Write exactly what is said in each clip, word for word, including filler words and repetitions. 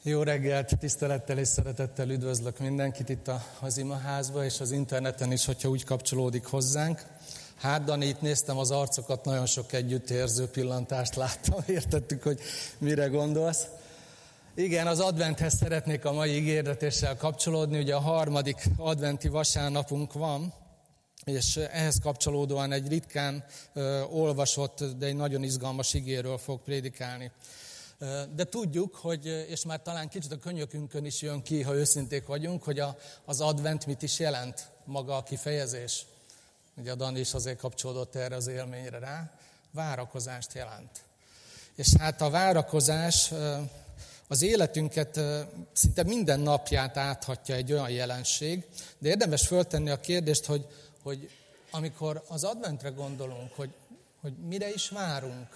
Jó reggelt, tisztelettel és szeretettel üdvözlök mindenkit itt az imaházba, és az interneten is, hogyha úgy kapcsolódik hozzánk. Hát, Dani, itt néztem az arcokat, nagyon sok együttérző pillantást láttam, értettük, hogy mire gondolsz. Igen, az adventhez szeretnék a mai ígérdetéssel kapcsolódni, ugye a harmadik adventi vasárnapunk van, és ehhez kapcsolódóan egy ritkán ö, olvasott, de egy nagyon izgalmas igéről fog prédikálni. De tudjuk, hogy, és már talán kicsit a könyökünkön is jön ki, ha őszinték vagyunk, hogy a, az advent mit is jelent maga a kifejezés. Ugye a Dani is azért kapcsolódott erre az élményre rá. Várakozást jelent. És hát a várakozás az életünket szinte minden napját áthatja egy olyan jelenség, de érdemes föltenni a kérdést, hogy, hogy amikor az adventre gondolunk, hogy, hogy mire is várunk,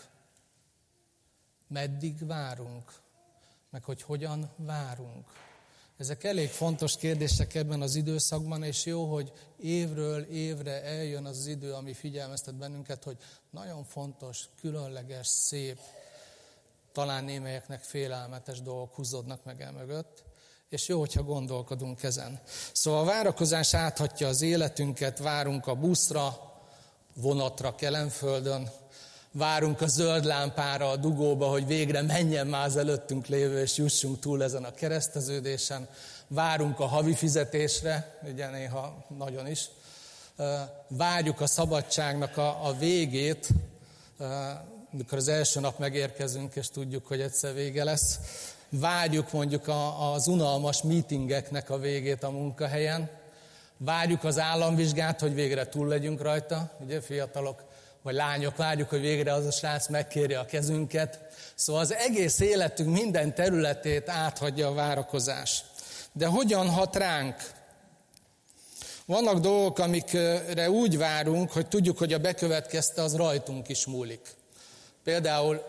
meddig várunk, meg hogy hogyan várunk. Ezek elég fontos kérdések ebben az időszakban, és jó, hogy évről évre eljön az, az idő, ami figyelmeztet bennünket, hogy nagyon fontos, különleges, szép, talán némelyeknek félelmetes dolgok húzódnak meg el mögött, és jó, hogyha gondolkodunk ezen. Szóval a várakozás áthatja az életünket, várunk a buszra, vonatra Kelenföldön, várunk a zöld lámpára, a dugóba, hogy végre menjen már az előttünk lévő, és jussunk túl ezen a kereszteződésen. Várunk a havi fizetésre, ugye néha nagyon is. Várjuk a szabadságnak a, a végét, mikor az első nap megérkezünk, és tudjuk, hogy egyszer vége lesz. Várjuk mondjuk a, az unalmas meetingeknek a végét a munkahelyen. Várjuk az államvizsgát, hogy végre túl legyünk rajta, ugye fiatalok, vagy lányok, várjuk, hogy végre az a srác megkéri a kezünket. Szóval az egész életünk minden területét áthagyja a várakozás. De hogyan hat ránk? Vannak dolgok, amikre úgy várunk, hogy tudjuk, hogy a bekövetkezte, az rajtunk is múlik. Például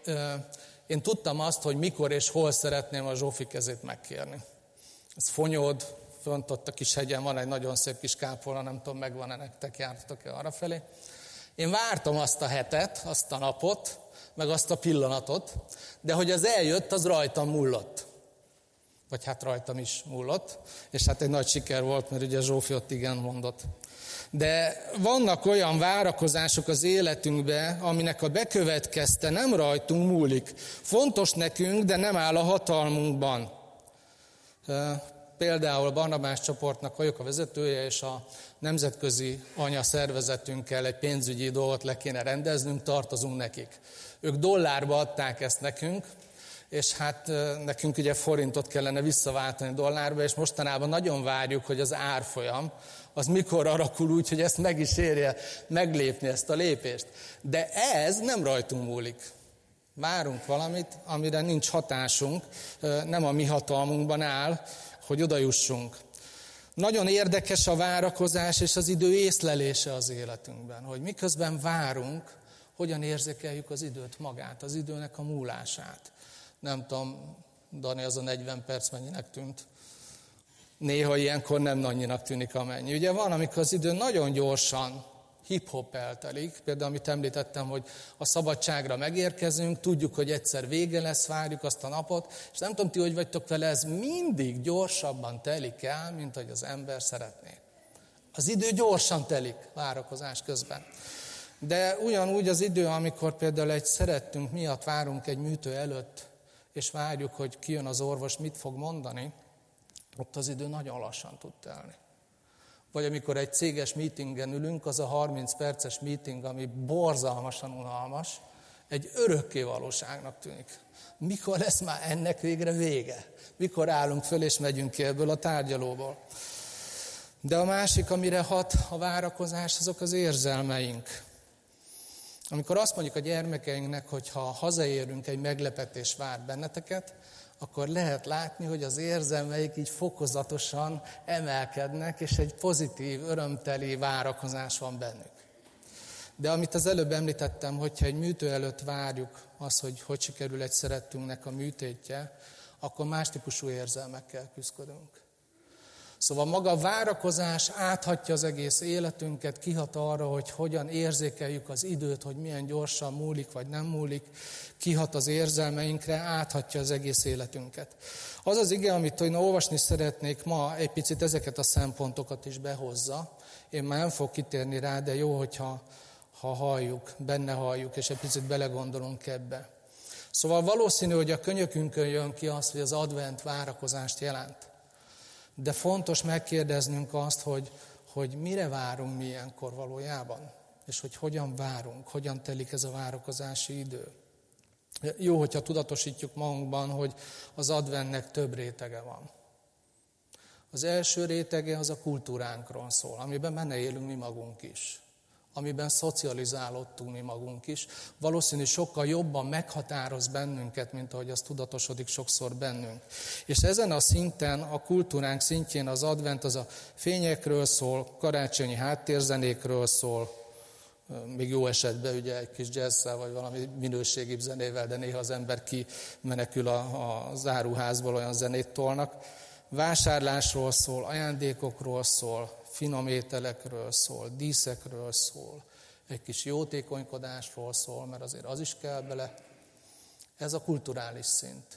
én tudtam azt, hogy mikor és hol szeretném a Zsófi kezét megkérni. Ez Fonyód, fönt ott a kis hegyen van egy nagyon szép kis kápolna, nem tudom, megvan-e nektek, jártatok-e arrafelé. Én vártam azt a hetet, azt a napot, meg azt a pillanatot, de hogy az eljött, az rajtam múlott. Vagy hát rajtam is múlott, és hát egy nagy siker volt, mert ugye Zsófi ott igen mondott. De vannak olyan várakozások az életünkben, aminek a bekövetkezte nem rajtunk múlik. Fontos nekünk, de nem áll a hatalmunkban. Például a Barnabás csoportnak vagyok a vezetője, és a nemzetközi anya szervezetünkkel egy pénzügyi dolgot le kéne rendeznünk, tartozunk nekik. Ők dollárba adták ezt nekünk, és hát nekünk ugye forintot kellene visszaváltani dollárba, és mostanában nagyon várjuk, hogy az árfolyam az mikor alakul úgy, hogy ezt meg is érje meglépni, ezt a lépést. De ez nem rajtunk múlik. Várunk valamit, amire nincs hatásunk, nem a mi hatalmunkban áll, hogy oda jussunk. Nagyon érdekes a várakozás és az idő észlelése az életünkben, hogy miközben várunk, hogyan érzékeljük az időt magát, az időnek a múlását. Nem tudom, Dani, az a negyven perc mennyinek tűnt. Néha ilyenkor nem annyinak tűnik amennyi. Ugye van, amikor az idő nagyon gyorsan hip-hop eltelik, például amit említettem, hogy a szabadságra megérkezünk, tudjuk, hogy egyszer vége lesz, várjuk azt a napot, és nem tudom ti, hogy vagytok vele, ez mindig gyorsabban telik el, mint hogy az ember szeretné. Az idő gyorsan telik várakozás közben. De ugyanúgy az idő, amikor például egy szerettünk miatt várunk egy műtő előtt, és várjuk, hogy kijön az orvos, mit fog mondani, ott az idő nagyon lassan tud telni. Vagy amikor egy céges meetingen ülünk, az a harminc perces meeting, ami borzalmasan unalmas, egy örökké valóságnak tűnik. Mikor lesz már ennek végre vége? Mikor állunk föl és megyünk ki ebből a tárgyalóból? De a másik, amire hat a várakozás, azok az érzelmeink. Amikor azt mondjuk a gyermekeinknek, hogy ha hazaérünk, egy meglepetés vár benneteket, akkor lehet látni, hogy az érzelmeik így fokozatosan emelkednek, és egy pozitív, örömteli várakozás van bennük. De amit az előbb említettem, hogyha egy műtő előtt várjuk azt, hogy hogy sikerül egy szerettünknek a műtétje, akkor más típusú érzelmekkel küzdködünk. Szóval maga a várakozás áthatja az egész életünket, kihat arra, hogy hogyan érzékeljük az időt, hogy milyen gyorsan múlik, vagy nem múlik, kihat az érzelmeinkre, áthatja az egész életünket. Az az ige, amit én olvasni szeretnék ma, egy picit ezeket a szempontokat is behozza. Én már nem fogok kitérni rá, de jó, hogyha ha halljuk, benne halljuk, és egy picit belegondolunk ebbe. Szóval valószínű, hogy a könyökünkön jön ki az, hogy az advent várakozást jelent. De fontos megkérdeznünk azt, hogy, hogy mire várunk mi ilyenkor valójában, és hogy hogyan várunk, hogyan telik ez a várakozási idő. Jó, hogyha tudatosítjuk magunkban, hogy az adventnek több rétege van. Az első rétege az a kultúránkról szól, amiben benne élünk mi magunk is, amiben szocializálódtunk mi magunk is. Valószínű sokkal jobban meghatároz bennünket, mint ahogy az tudatosodik sokszor bennünk. És ezen a szinten, a kultúránk szintjén az advent az a fényekről szól, karácsonyi háttérzenékről szól, még jó esetben ugye egy kis jazzszel, vagy valami minőségibb zenével, de néha az ember kimenekül a, a záruházból, olyan zenét tolnak. Vásárlásról szól, ajándékokról szól, finom ételekről szól, díszekről szól, egy kis jótékonykodásról szól, mert azért az is kell bele. Ez a kulturális szint.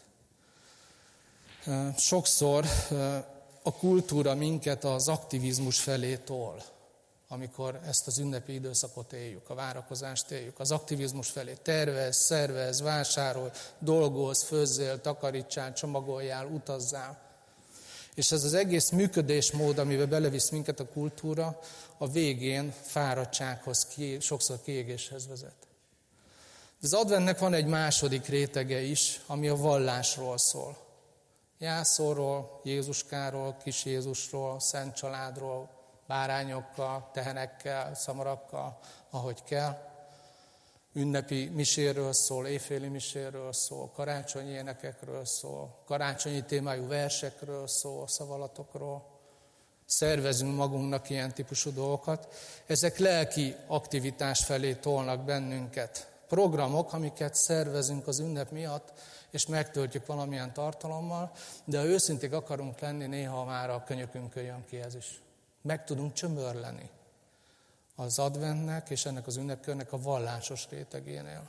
Sokszor a kultúra minket az aktivizmus felé tol, amikor ezt az ünnepi időszakot éljük, a várakozást éljük. Az aktivizmus felé tervez, szervez, vásárolj, dolgozz, főzzél, takarítsál, csomagoljál, utazzál. És ez az egész működésmód, amiben belevisz minket a kultúra, a végén fáradtsághoz, sokszor kiégéshez vezet. De az adventnek van egy második rétege is, ami a vallásról szól. Jászóról, Jézuskáról, kis Jézusról, Szent Családról, bárányokkal, tehenekkel, szamarakkal, ahogy kell. Ünnepi miséről szól, éjféli miséről szól, karácsonyi énekekről szól, karácsonyi témájú versekről szól, szavalatokról. Szervezünk magunknak ilyen típusú dolgokat. Ezek lelki aktivitás felé tolnak bennünket. Programok, amiket szervezünk az ünnep miatt, és megtöltjük valamilyen tartalommal, de ha őszinték akarunk lenni, néha már a könyökünkön jön ki ez is. Meg tudunk csömörleni az adventnek és ennek az ünnepkörnek a vallásos rétegénél.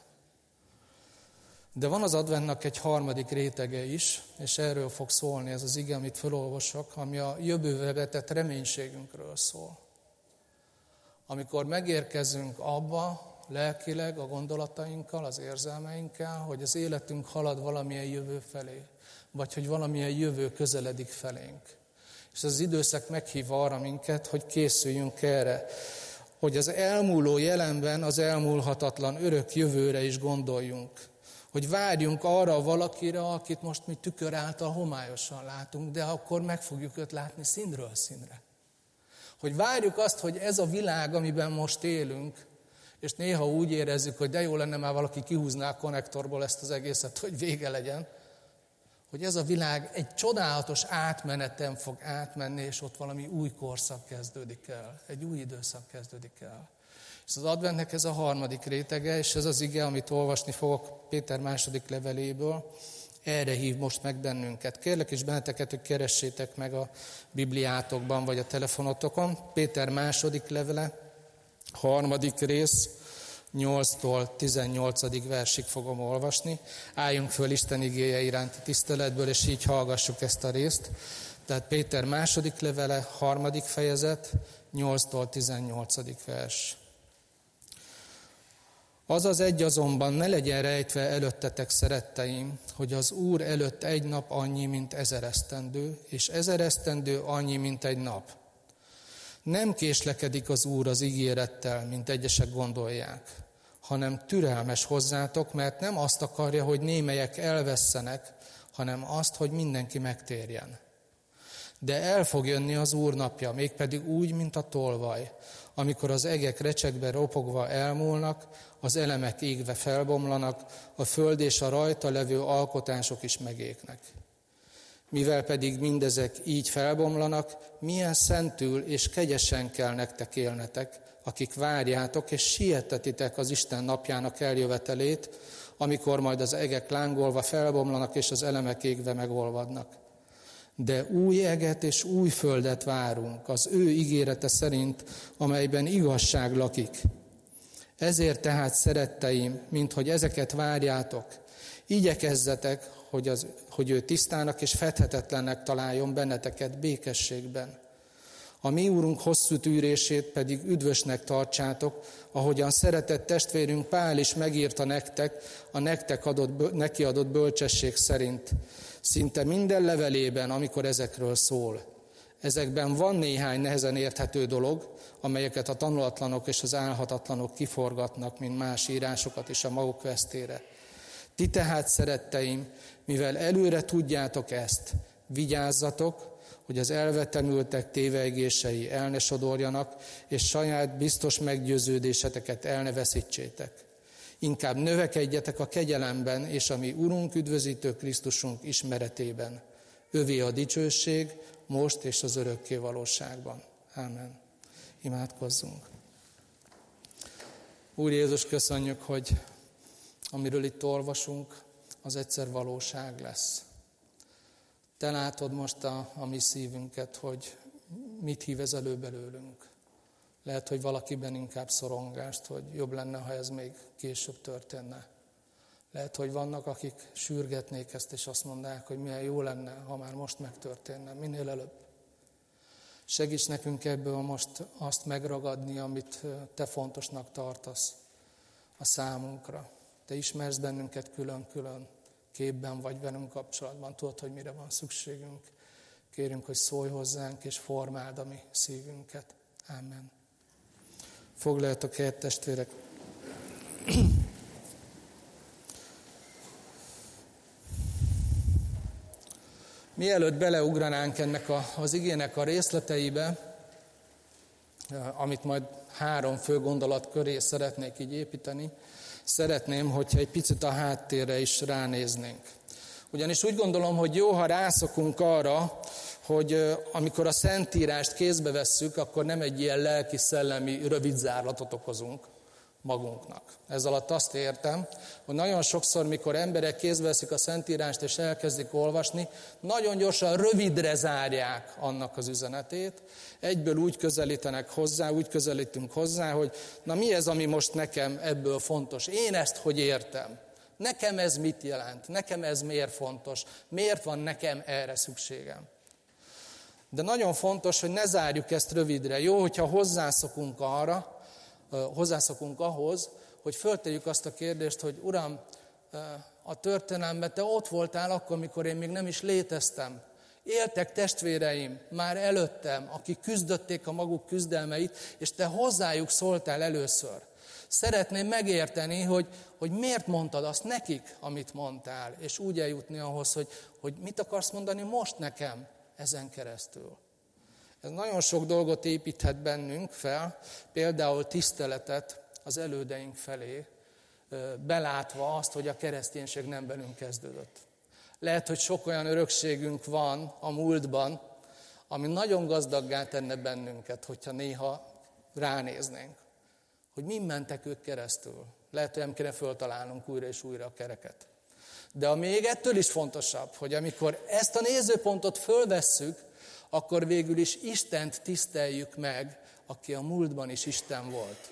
De van az adventnak egy harmadik rétege is, és erről fog szólni ez az ige, amit felolvasok, ami a jövőbe vetett reménységünkről szól. Amikor megérkezünk abba, lelkileg, a gondolatainkkal, az érzelmeinkkel, hogy az életünk halad valamilyen jövő felé, vagy hogy valamilyen jövő közeledik felénk. És az időszak meghív arra minket, hogy készüljünk erre, hogy az elmúló jelenben az elmúlhatatlan örök jövőre is gondoljunk. Hogy várjunk arra valakire, akit most mi tükör által homályosan látunk, de akkor meg fogjuk őt látni színről színre. Hogy várjuk azt, hogy ez a világ, amiben most élünk, és néha úgy érezzük, hogy de jó lenne már valaki kihúzná a konnektorból ezt az egészet, hogy vége legyen, hogy ez a világ egy csodálatos átmeneten fog átmenni, és ott valami új korszak kezdődik el, egy új időszak kezdődik el. És az adventnek ez a harmadik rétege, és ez az ige, amit olvasni fogok Péter második leveléből, erre hív most meg bennünket. Kérlek is benneteket, hogy keressétek meg a Bibliátokban, vagy a telefonotokon. Péter második levele, harmadik rész, nyolctól tizennyolcadik versig fogom olvasni. Álljunk föl Isten igéje iránti tiszteletből, és így hallgassuk ezt a részt. Tehát Péter második levele, harmadik fejezet, nyolctól tizennyolcadik vers. Az az egy azonban ne legyen rejtve előttetek, szeretteim, hogy az Úr előtt egy nap annyi, mint ezer esztendő, és ezer esztendő annyi, mint egy nap. Nem késlekedik az Úr az ígérettel, mint egyesek gondolják, hanem türelmes hozzátok, mert nem azt akarja, hogy némelyek elvesszenek, hanem azt, hogy mindenki megtérjen. De el fog jönni az Úr napja, mégpedig úgy, mint a tolvaj, amikor az egek recsegbe ropogva elmúlnak, az elemek égve felbomlanak, a föld és a rajta levő alkotások is megégnek. Mivel pedig mindezek így felbomlanak, milyen szentül és kegyesen kell nektek élnetek, akik várjátok és sietetitek az Isten napjának eljövetelét, amikor majd az egek lángolva felbomlanak és az elemek égve megolvadnak. De új eget és új földet várunk az ő ígérete szerint, amelyben igazság lakik. Ezért tehát, szeretteim, minthogy ezeket várjátok, igyekezzetek, hogy, az, hogy ő tisztának és fedhetetlennek találjon benneteket békességben. A mi Úrunk hosszú tűrését pedig üdvösnek tartsátok, ahogyan szeretett testvérünk Pál is megírta nektek, a nektek adott, neki adott bölcsesség szerint. Szinte minden levelében, amikor ezekről szól. Ezekben van néhány nehezen érthető dolog, amelyeket a tanulatlanok és az álhatatlanok kiforgatnak, mint más írásokat is a maguk vesztére. Ti tehát, szeretteim, mivel előre tudjátok ezt, vigyázzatok, hogy az elvetemültek tévegései el ne sodorjanak, és saját biztos meggyőződéseteket el ne veszítsétek. Inkább növekedjetek a kegyelemben, és a mi Urunk, üdvözítő Krisztusunk ismeretében. Övé a dicsőség, most és az örökké valóságban. Ámen. Imádkozzunk. Úr Jézus, köszönjük, hogy amiről itt olvasunk, az egyszer valóság lesz. Te látod most a, a mi szívünket, hogy mit hívez elő belőlünk. Lehet, hogy valakiben inkább szorongást, hogy jobb lenne, ha ez még később történne. Lehet, hogy vannak, akik sürgetnék ezt, és azt mondják, hogy milyen jó lenne, ha már most megtörténne, minél előbb. Segíts nekünk ebből most azt megragadni, amit te fontosnak tartasz a számunkra. Te ismersz bennünket külön-külön, képben vagy velünk kapcsolatban, tudod, hogy mire van szükségünk. Kérünk, hogy szólj hozzánk, és formáld a mi szívünket. Ámen. Foglaljatok helyet, testvérek! Mielőtt beleugranánk ennek a, az igének a részleteibe, amit majd három fő gondolat köré szeretnék így építeni, szeretném, hogyha egy picit a háttérre is ránéznénk. Ugyanis úgy gondolom, hogy jó, ha rászokunk arra, hogy amikor a Szentírást kézbe vesszük, akkor nem egy ilyen lelki-szellemi rövidzárlatot okozunk magunknak. Ez alatt azt értem, hogy nagyon sokszor, mikor emberek kézbe veszik a Szentírást és elkezdik olvasni, nagyon gyorsan rövidre zárják annak az üzenetét, egyből úgy közelítenek hozzá, úgy közelítünk hozzá, hogy na mi ez, ami most nekem ebből fontos? Én ezt hogy értem? Nekem ez mit jelent? Nekem ez miért fontos? Miért van nekem erre szükségem? De nagyon fontos, hogy ne zárjuk ezt rövidre. Jó, hogyha hozzászokunk arra, hozzászokunk ahhoz, hogy föltegyük azt a kérdést, hogy Uram, a történelemben Te ott voltál akkor, amikor én még nem is léteztem. Éltek testvéreim már előttem, akik küzdötték a maguk küzdelmeit, és Te hozzájuk szóltál először. Szeretném megérteni, hogy, hogy miért mondtad azt nekik, amit mondtál, és úgy eljutni ahhoz, hogy, hogy mit akarsz mondani most nekem ezen keresztül. Ez nagyon sok dolgot építhet bennünk fel, például tiszteletet az elődeink felé, belátva azt, hogy a kereszténység nem velünk kezdődött. Lehet, hogy sok olyan örökségünk van a múltban, ami nagyon gazdaggá tenne bennünket, hogyha néha ránéznénk, hogy min mentek ők keresztül. Lehet, hogy nem kéne föltalálnunk újra és újra a kereket. De a még ettől is fontosabb, hogy amikor ezt a nézőpontot fölvesszük, akkor végül is Istent tiszteljük meg, aki a múltban is Isten volt.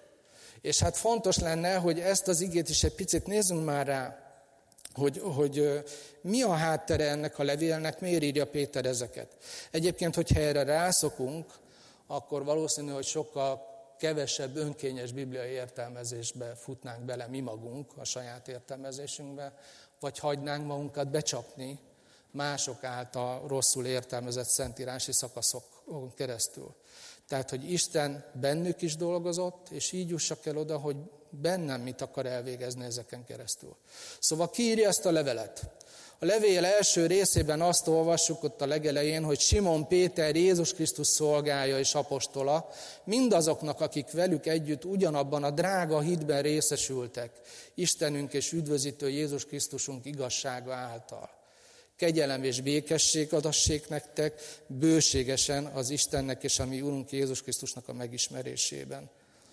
És hát fontos lenne, hogy ezt az igét is egy picit nézzünk már rá, hogy, hogy mi a háttere ennek a levélnek, miért írja Péter ezeket. Egyébként, hogyha erre rászokunk, akkor valószínű, hogy sokkal kevesebb önkényes bibliai értelmezésbe futnánk bele mi magunk, a saját értelmezésünkbe, vagy hagynánk magunkat becsapni mások által rosszul értelmezett szentírási szakaszokon keresztül. Tehát, hogy Isten bennük is dolgozott, és így jussak el oda, hogy bennem mit akar elvégezni ezeken keresztül. Szóval ki írja ezt a levelet? A levél első részében azt olvassuk ott a legelején, hogy Simon Péter Jézus Krisztus szolgája és apostola, mindazoknak, akik velük együtt ugyanabban a drága hitben részesültek, Istenünk és üdvözítő Jézus Krisztusunk igazsága által. Kegyelem és békesség adassék nektek bőségesen az Istennek és a mi Urunk Jézus Krisztusnak a megismerésében.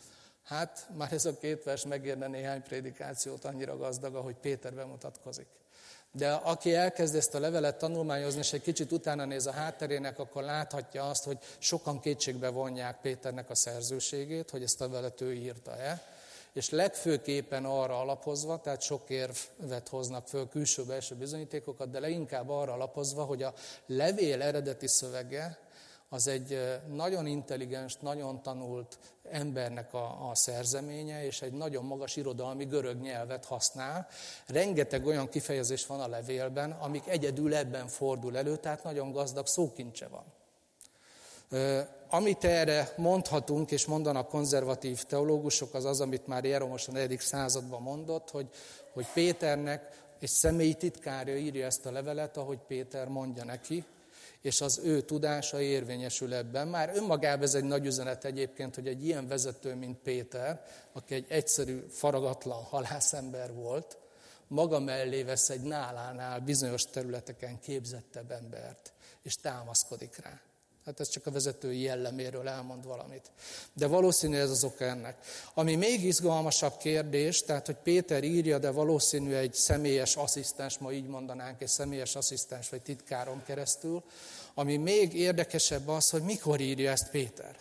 Hát már ez a két vers megérne néhány prédikációt, annyira gazdag, ahogy Péter bemutatkozik. De aki elkezd ezt a levelet tanulmányozni, és egy kicsit utána néz a hátterének, akkor láthatja azt, hogy sokan kétségbe vonják Péternek a szerzőségét, hogy ezt a levelet ő írta-e. És legfőképpen arra alapozva, tehát sok érvet hoznak föl, külső-belső bizonyítékokat, de leginkább arra alapozva, hogy a levél eredeti szövege az egy nagyon intelligens, nagyon tanult embernek a, a szerzeménye, és egy nagyon magas irodalmi görög nyelvet használ. Rengeteg olyan kifejezés van a levélben, amik egyedül ebben fordul elő, tehát nagyon gazdag szókincse van. Amit erre mondhatunk, és mondanak konzervatív teológusok, az az, amit már Jeromos a negyedik században mondott, hogy, hogy Péternek egy személyi titkárja írja ezt a levelet, ahogy Péter mondja neki, és az ő tudása érvényesül ebben. Már önmagában ez egy nagy üzenet egyébként, hogy egy ilyen vezető, mint Péter, aki egy egyszerű, faragatlan halászember volt, maga mellé vesz egy nálánál bizonyos területeken képzettebb embert, és támaszkodik rá. Hát ez csak a vezetői jelleméről elmond valamit. De valószínű ez az oka ennek. Ami még izgalmasabb kérdés, tehát hogy Péter írja, de valószínű egy személyes asszisztens, ma így mondanánk, egy személyes asszisztens vagy titkáron keresztül, ami még érdekesebb az, hogy mikor írja ezt Péter.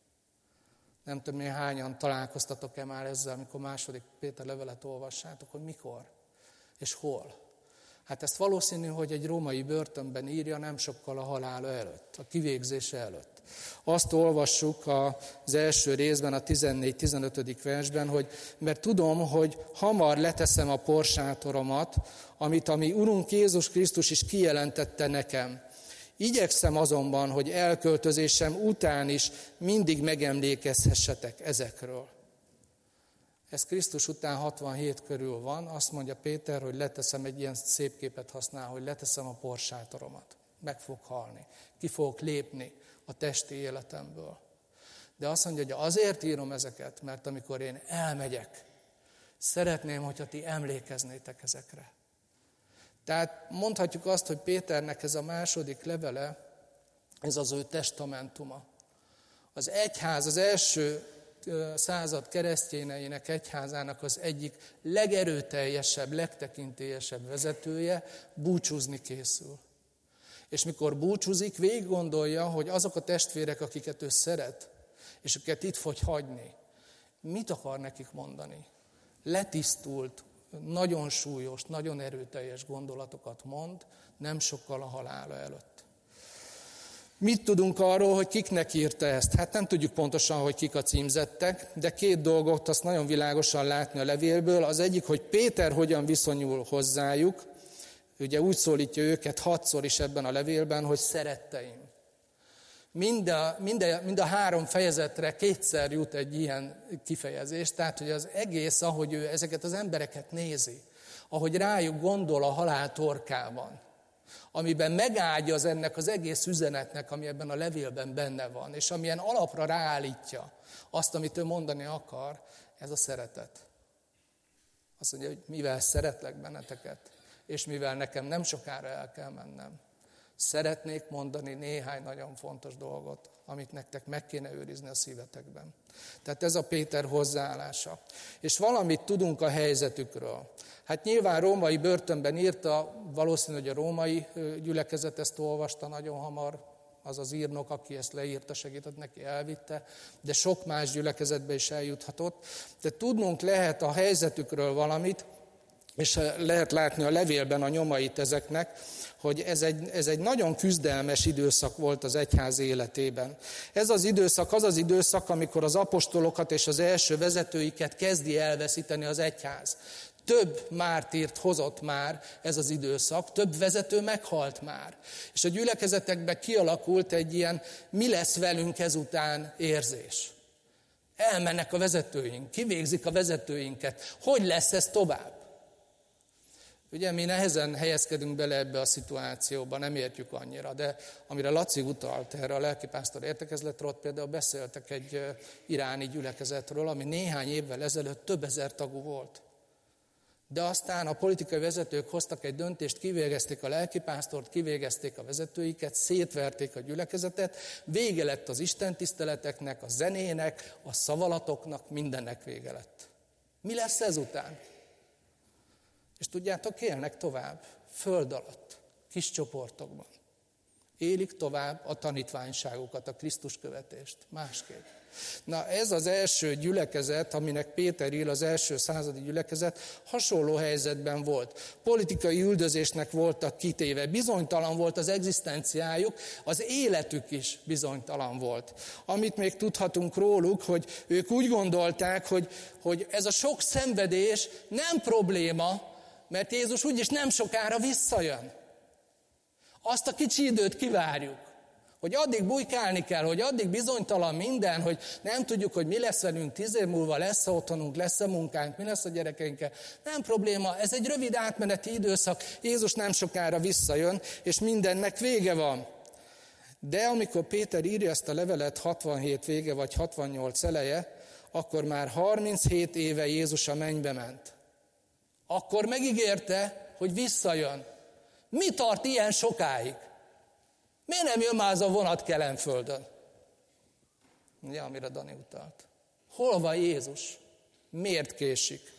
Nem tudom, hogy hányan találkoztatok-e már ezzel, amikor második Péter levelet olvassátok, hogy mikor és hol. Hát ezt valószínű, hogy egy római börtönben írja, nem sokkal a halála előtt, a kivégzése előtt. Azt olvassuk az első részben, a tizennégy-tizenötödik versben, hogy mert tudom, hogy hamar leteszem a porsátoromat, amit a mi Urunk Jézus Krisztus is kijelentette nekem. Igyekszem azonban, hogy elköltözésem után is mindig megemlékezhessetek ezekről. Ez Krisztus után hatvanhét körül van, azt mondja Péter, hogy leteszem, egy ilyen szép képet használ, hogy leteszem a porsátoromat. Meg fog halni, ki fogok lépni a testi életemből. De azt mondja, hogy azért írom ezeket, mert amikor én elmegyek, szeretném, hogyha ti emlékeznétek ezekre. Tehát mondhatjuk azt, hogy Péternek ez a második levele, ez az ő testamentuma. Az egyház, az első század keresztényeinek egyházának az egyik legerőteljesebb, legtekintélyesebb vezetője búcsúzni készül. És mikor búcsúzik, végig gondolja, hogy azok a testvérek, akiket ő szeret, és akiket itt fog hagyni, mit akar nekik mondani? Letisztult, nagyon súlyos, nagyon erőteljes gondolatokat mond, nem sokkal a halála előtt. Mit tudunk arról, hogy kiknek írta ezt? Hát nem tudjuk pontosan, hogy kik a címzettek, de két dolgot azt nagyon világosan látni a levélből. Az egyik, hogy Péter hogyan viszonyul hozzájuk. Ugye úgy szólítja őket hatszor is ebben a levélben, hogy szeretteim. Mind a, mind, a, mind a három fejezetre kétszer jut egy ilyen kifejezés, tehát hogy az egész, ahogy ő ezeket az embereket nézi, ahogy rájuk gondol a halál torkában, amiben megágyaz ennek az egész üzenetnek, ami ebben a levélben benne van, és amilyen alapra ráállítja azt, amit ő mondani akar, ez a szeretet. Azt mondja, hogy mivel szeretlek benneteket, és mivel nekem nem sokára el kell mennem, szeretnék mondani néhány nagyon fontos dolgot, amit nektek meg kéne őrizni a szívetekben. Tehát ez a Péter hozzáállása. És valamit tudunk a helyzetükről. Hát nyilván római börtönben írta, valószínű, hogy a római gyülekezet ezt olvasta nagyon hamar, az az írnok, aki ezt leírta, segített neki, elvitte, de sok más gyülekezetbe is eljuthatott. De tudnunk lehet a helyzetükről valamit, és lehet látni a levélben a nyomait ezeknek, hogy ez egy, ez egy nagyon küzdelmes időszak volt az egyház életében. Ez az időszak az az időszak, amikor az apostolokat és az első vezetőiket kezdi elveszíteni az egyház. Több mártírt hozott már ez az időszak, több vezető meghalt már. És a gyülekezetekben kialakult egy ilyen mi lesz velünk ezután érzés. Elmennek a vezetőink, kivégzik a vezetőinket. Hogy lesz ez tovább? Ugye mi nehezen helyezkedünk bele ebbe a szituációba, nem értjük annyira, de amire Laci utalt erre a lelkipásztor értekezletről, ott például beszéltek egy iráni gyülekezetről, ami néhány évvel ezelőtt több ezer tagú volt. De aztán a politikai vezetők hoztak egy döntést, kivégezték a lelkipásztort, kivégezték a vezetőiket, szétverték a gyülekezetet, vége lett az istentiszteleteknek, a zenének, a szavalatoknak, mindennek vége lett. Mi lesz ezután? És tudjátok, élnek tovább. föld alatt, kis csoportokban. Élik tovább a tanítványságukat, a Krisztus követést. Másképp. Na ez az első gyülekezet, aminek Péter ír, az első századi gyülekezet, hasonló helyzetben volt. Politikai üldözésnek voltak kitéve, bizonytalan volt az egzisztenciájuk, az életük is bizonytalan volt. Amit még tudhatunk róluk, hogy ők úgy gondolták, hogy, hogy ez a sok szenvedés nem probléma, mert Jézus úgyis nem sokára visszajön. Azt a kicsi időt kivárjuk, hogy addig bujkálni kell, hogy addig bizonytalan minden, hogy nem tudjuk, hogy mi lesz velünk tíz év múlva, lesz-e otthonunk, lesz-e munkánk, mi lesz a gyerekeinkkel. Nem probléma, ez egy rövid átmeneti időszak, Jézus nem sokára visszajön, és mindennek vége van. De amikor Péter írja ezt a levelet hatvanhét vége vagy hatvannyolc eleje, akkor már harminchét éve Jézus a mennybe ment. Akkor megígérte, hogy visszajön. Mi tart ilyen sokáig? Miért nem jön már az a vonat Kelenföldön? Ugye, amire Dani utalt. Hol van Jézus? Miért késik?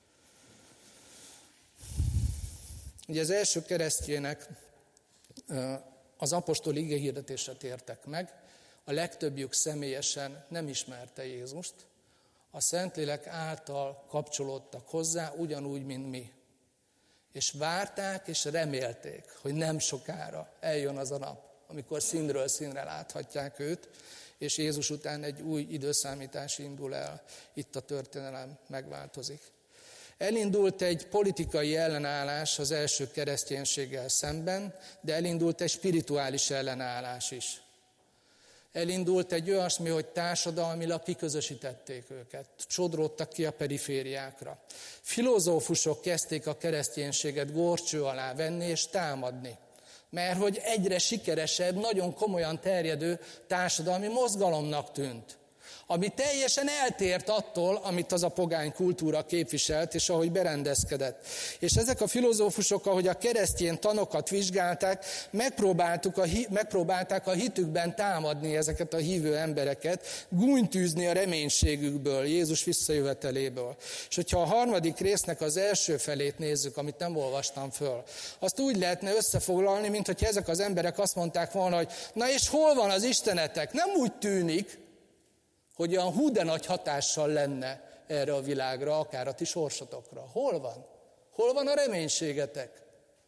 Ugye az első keresztjének az apostol igehirdetésre tértek meg, a legtöbbjük személyesen nem ismerte Jézust, a Szentlélek által kapcsolódtak hozzá, ugyanúgy, mint mi. És várták, és remélték, hogy nem sokára eljön az a nap, amikor színről színre láthatják őt, és Jézus után egy új időszámítás indul el. Itt a történelem megváltozik. Elindult egy politikai ellenállás az első kereszténységgel szemben, de elindult egy spirituális ellenállás is. Elindult egy olyasmi, hogy társadalmilag kiközösítették őket, csodródtak ki a perifériákra. Filozófusok kezdték a kereszténységet górcső alá venni és támadni, mert hogy egyre sikeresebb, nagyon komolyan terjedő társadalmi mozgalomnak tűnt, ami teljesen eltért attól, amit az a pogány kultúra képviselt, és ahogy berendezkedett. És ezek a filozófusok, ahogy a keresztény tanokat vizsgálták, megpróbáltuk a, megpróbálták a hitükben támadni ezeket a hívő embereket, gúnytűzni a reménységükből, Jézus visszajöveteléből. És hogyha a harmadik résznek az első felét nézzük, amit nem olvastam föl, azt úgy lehetne összefoglalni, mint hogy ezek az emberek azt mondták volna, hogy na és hol van az istenetek? Nem úgy tűnik, hogy olyan hú de nagy hatással lenne erre a világra, akár a ti sorsotokra. Hol van? Hol van a reménységetek?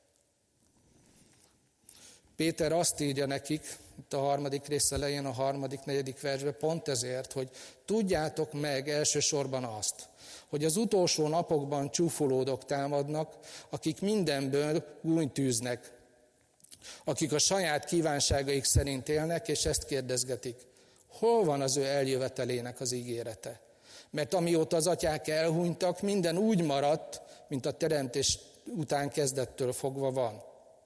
Péter azt írja nekik, itt a harmadik rész elején, a harmadik, negyedik versben, pont ezért, hogy tudjátok meg elsősorban azt, hogy az utolsó napokban csúfolódok támadnak, akik mindenből gúnytűznek, akik a saját kívánságaik szerint élnek, és ezt kérdezgetik. Hol van az ő eljövetelének az ígérete? Mert amióta az atyák elhunytak, minden úgy maradt, mint a teremtés után kezdettől fogva van.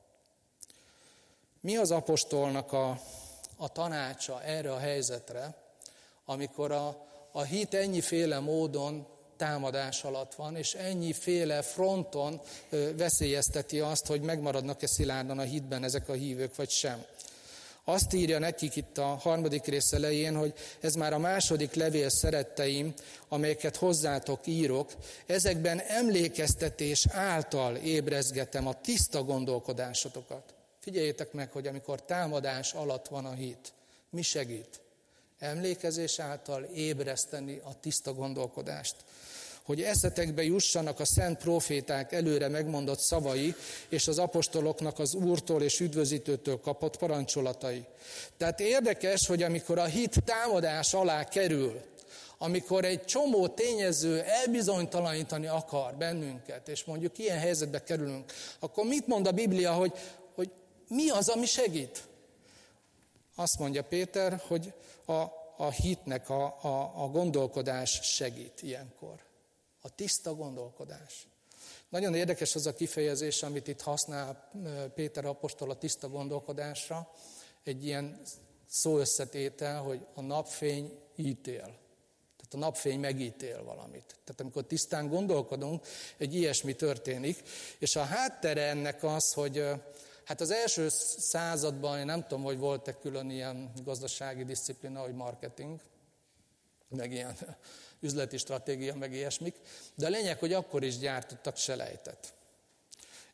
Mi az apostolnak a, a tanácsa erre a helyzetre, amikor a, a hit ennyiféle módon támadás alatt van, és ennyiféle fronton ö, veszélyezteti azt, hogy megmaradnak-e szilárdan a hitben ezek a hívők, vagy sem. Azt írja nekik itt a harmadik rész elején, hogy ez már a második levél, szeretteim, amelyeket hozzátok írok, ezekben emlékeztetés által ébrezgetem a tiszta gondolkodásotokat. Figyeljétek meg, hogy amikor támadás alatt van a hit, mi segít? Emlékezés által ébreszteni a tiszta gondolkodást. Hogy eszetekbe jussanak a szent próféták előre megmondott szavai, és az apostoloknak az Úrtól és üdvözítőtől kapott parancsolatai. Tehát érdekes, hogy amikor a hit támadás alá kerül, amikor egy csomó tényező elbizonytalanítani akar bennünket, és mondjuk ilyen helyzetbe kerülünk, akkor mit mond a Biblia, hogy, hogy mi az, ami segít? Azt mondja Péter, hogy a, a hitnek a, a, a gondolkodás segít ilyenkor. A tiszta gondolkodás. Nagyon érdekes az a kifejezés, amit itt használ Péter apostol a tiszta gondolkodásra. Egy ilyen szóösszetétel, hogy a napfény ítél. Tehát a napfény megítél valamit. Tehát amikor tisztán gondolkodunk, egy ilyesmi történik. És a háttere ennek az, hogy hát az első században, én nem tudom, hogy volt-e külön ilyen gazdasági diszciplina, hogy marketing, meg ilyen üzleti stratégia, meg ilyesmik, de a lényeg, hogy akkor is gyártottak selejtet.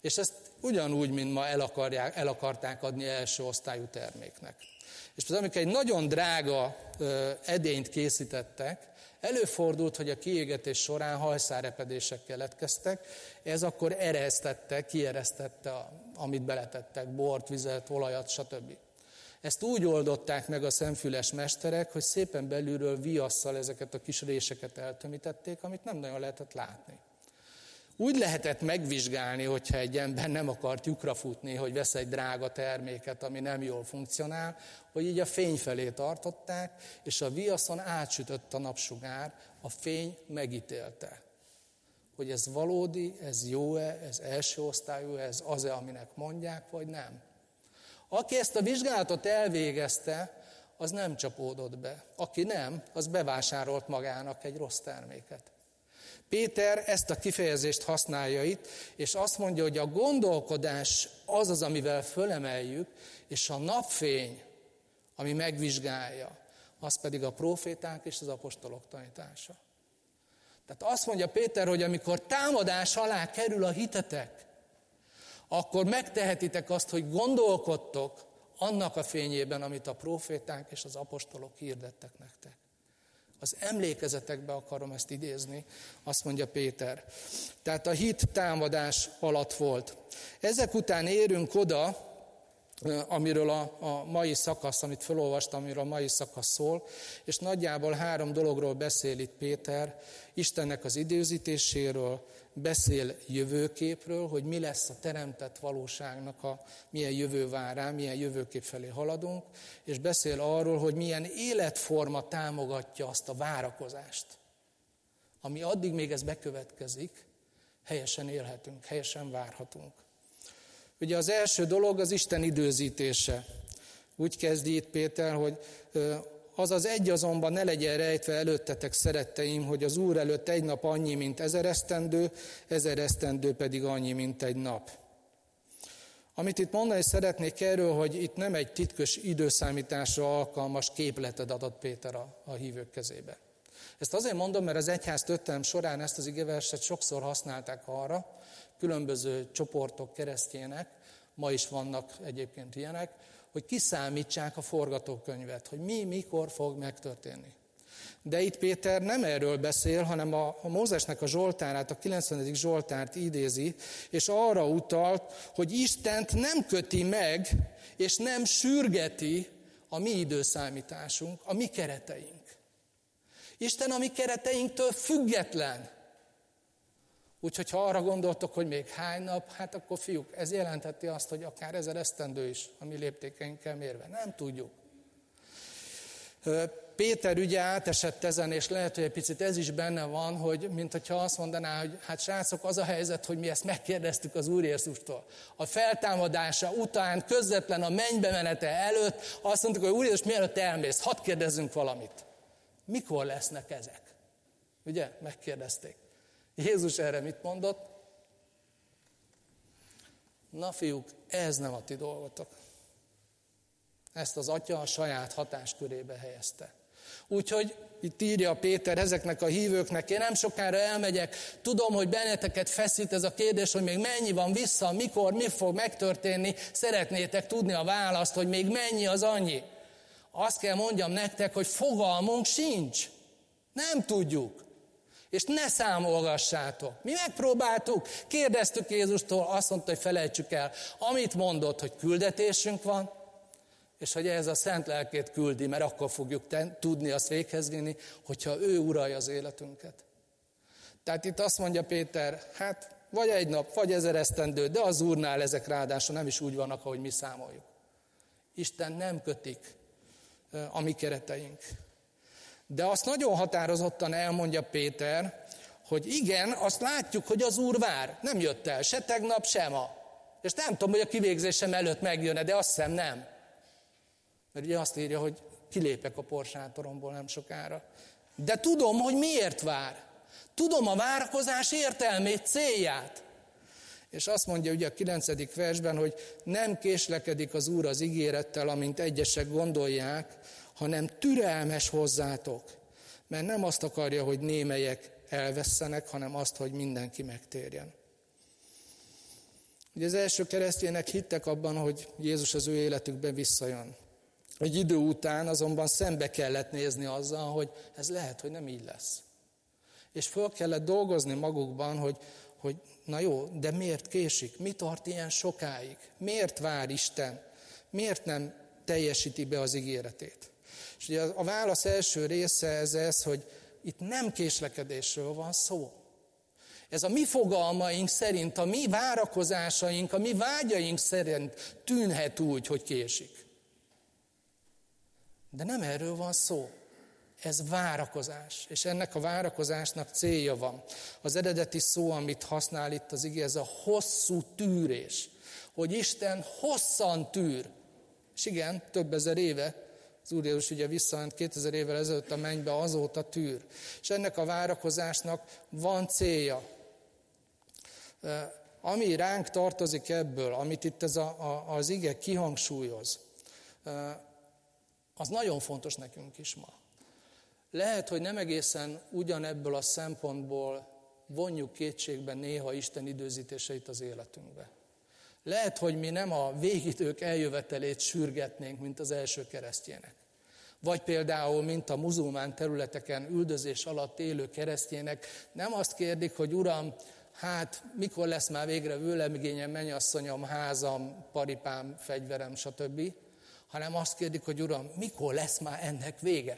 És ezt ugyanúgy, mint ma el, akarják, el akarták adni első osztályú terméknek. És például, amikor egy nagyon drága ö, edényt készítettek, előfordult, hogy a kiégetés során hajszárepedések keletkeztek, ez akkor eresztette, kieresztette, a, amit beletettek, bort, vizet, olajat, stb. Ezt úgy oldották meg a szemfüles mesterek, hogy szépen belülről viasszal ezeket a kis réseket eltömítették, amit nem nagyon lehetett látni. Úgy lehetett megvizsgálni, hogyha egy ember nem akart lyukra futni, hogy vesz egy drága terméket, ami nem jól funkcionál, hogy így a fény felé tartották, és a viaszon átsütött a napsugár, a fény megítélte, hogy ez valódi, ez jó-e, ez első osztályú, ez az-e, aminek mondják, vagy nem. Aki ezt a vizsgálatot elvégezte, az nem csapódott be. Aki nem, az bevásárolt magának egy rossz terméket. Péter ezt a kifejezést használja itt, és azt mondja, hogy a gondolkodás az az, amivel fölemeljük, és a napfény, ami megvizsgálja, az pedig a próféták és az apostolok tanítása. Tehát azt mondja Péter, hogy amikor támadás alá kerül a hitetek, akkor megtehetitek azt, hogy gondolkodtok annak a fényében, amit a próféták és az apostolok hirdettek nektek. Az emlékezetekbe akarom ezt idézni, azt mondja Péter. Tehát a hit támadás alatt volt. Ezek után érünk oda, amiről a, a mai szakasz, amit felolvastam, amiről a mai szakasz szól, és nagyjából három dologról beszél itt Péter, Istennek az időzítéséről, beszél jövőképről, hogy mi lesz a teremtett valóságnak, a, milyen jövő vár rá, milyen jövőkép felé haladunk, és beszél arról, hogy milyen életforma támogatja azt a várakozást, ami addig még ez bekövetkezik, helyesen élhetünk, helyesen várhatunk. Ugye az első dolog az Isten időzítése. Úgy kezdi itt Péter, hogy az az egy azonban ne legyen rejtve előttetek, szeretteim, hogy az Úr előtt egy nap annyi, mint ezer esztendő, ezer esztendő pedig annyi, mint egy nap. Amit itt mondani szeretnék erről, hogy itt nem egy titkos időszámításra alkalmas képletet adott Péter a, a hívők kezébe. Ezt azért mondom, mert az egyház történelem során ezt az igeverset sokszor használták arra, különböző csoportok keresztjének, ma is vannak egyébként ilyenek, hogy kiszámítsák a forgatókönyvet, hogy mi, mikor fog megtörténni. De itt Péter nem erről beszél, hanem a, a Mózesnek a Zsoltárát, a kilencvenedik Zsoltárt idézi, és arra utalt, hogy Istent nem köti meg, és nem sürgeti a mi időszámításunk, a mi kereteink. Isten a mi kereteinktől független. Úgyhogy ha arra gondoltok, hogy még hány nap, hát akkor fiúk, ez jelentheti azt, hogy akár ezer esztendő is a mi léptékeinkkel mérve. Nem tudjuk. Péter ugye átesett ezen, és lehet, hogy egy picit ez is benne van, hogy mint hogyha azt mondaná, hogy hát srácok, az a helyzet, hogy mi ezt megkérdeztük az Úr Jézustól. A feltámadása után, közvetlen a mennybe menete előtt azt mondtuk, hogy Úr Jézus, mielőtt elmész, hadd kérdezzünk valamit. Mikor lesznek ezek? Ugye? Megkérdezték. Jézus erre mit mondott? Na fiúk, ez nem a ti dolgotok. Ezt az Atya a saját hatáskörébe helyezte. Úgyhogy itt írja Péter ezeknek a hívőknek, én nem sokára elmegyek, tudom, hogy benneteket feszít ez a kérdés, hogy még mennyi van vissza, mikor, mi fog megtörténni, szeretnétek tudni a választ, hogy még mennyi az annyi. Azt kell mondjam nektek, hogy fogalmunk sincs. Nem tudjuk. És ne számolgassátok. Mi megpróbáltuk, kérdeztük Jézustól, azt mondta, hogy felejtsük el. Amit mondott, hogy küldetésünk van, és hogy ez a szent lelkét küldi, mert akkor fogjuk ten, tudni azt véghez vinni, hogyha ő uralja az életünket. Tehát itt azt mondja Péter, hát vagy egy nap, vagy ezer esztendő, de az Úrnál ezek ráadásul nem is úgy vannak, ahogy mi számoljuk. Isten nem kötik a mi kereteink. De azt nagyon határozottan elmondja Péter, hogy igen, azt látjuk, hogy az Úr vár. Nem jött el, se tegnap, se ma. És nem tudom, hogy a kivégzésem előtt megjön, de azt hiszem nem. Mert ugye azt írja, hogy kilépek a porsátoromból nem sokára. De tudom, hogy miért vár. Tudom a várakozás értelmét, célját. És azt mondja ugye a kilencedik versben, hogy nem késlekedik az Úr az ígérettel, amint egyesek gondolják, hanem türelmes hozzátok. Mert nem azt akarja, hogy némelyek elvesszenek, hanem azt, hogy mindenki megtérjen. Ugye az első keresztjének hittek abban, hogy Jézus az ő életükbe visszajön. Egy idő után azonban szembe kellett nézni azzal, hogy ez lehet, hogy nem így lesz. És föl kellett dolgozni magukban, hogy, hogy na jó, de miért késik? Mi tart ilyen sokáig? Miért vár Isten? Miért nem teljesíti be az ígéretét? És ugye a válasz első része ez, ez hogy itt nem késlekedésről van szó. Ez a mi fogalmaink szerint, a mi várakozásaink, a mi vágyaink szerint tűnhet úgy, hogy késik. De nem erről van szó. Ez várakozás, és ennek a várakozásnak célja van. Az eredeti szó, amit használ itt az ige, ez a hosszú tűrés. Hogy Isten hosszan tűr. És igen, több ezer éve, az Úr Jézus ugye visszament kétezer évvel ezelőtt a mennybe, azóta tűr. És ennek a várakozásnak van célja. Ami ránk tartozik ebből, amit itt ez a, a, az ige kihangsúlyoz, az nagyon fontos nekünk is ma. Lehet, hogy nem egészen ugyanebből a szempontból vonjuk kétségbe néha Isten időzítéseit az életünkbe. Lehet, hogy mi nem a végidők eljövetelét sürgetnénk, mint az első keresztjének. Vagy például, mint a muzulmán területeken üldözés alatt élő keresztjének, nem azt kérdik, hogy Uram, hát mikor lesz már végre vőlemigényem, mennyasszonyom, házam, paripám, fegyverem, stb., hanem azt kérdik, hogy Uram, mikor lesz már ennek vége?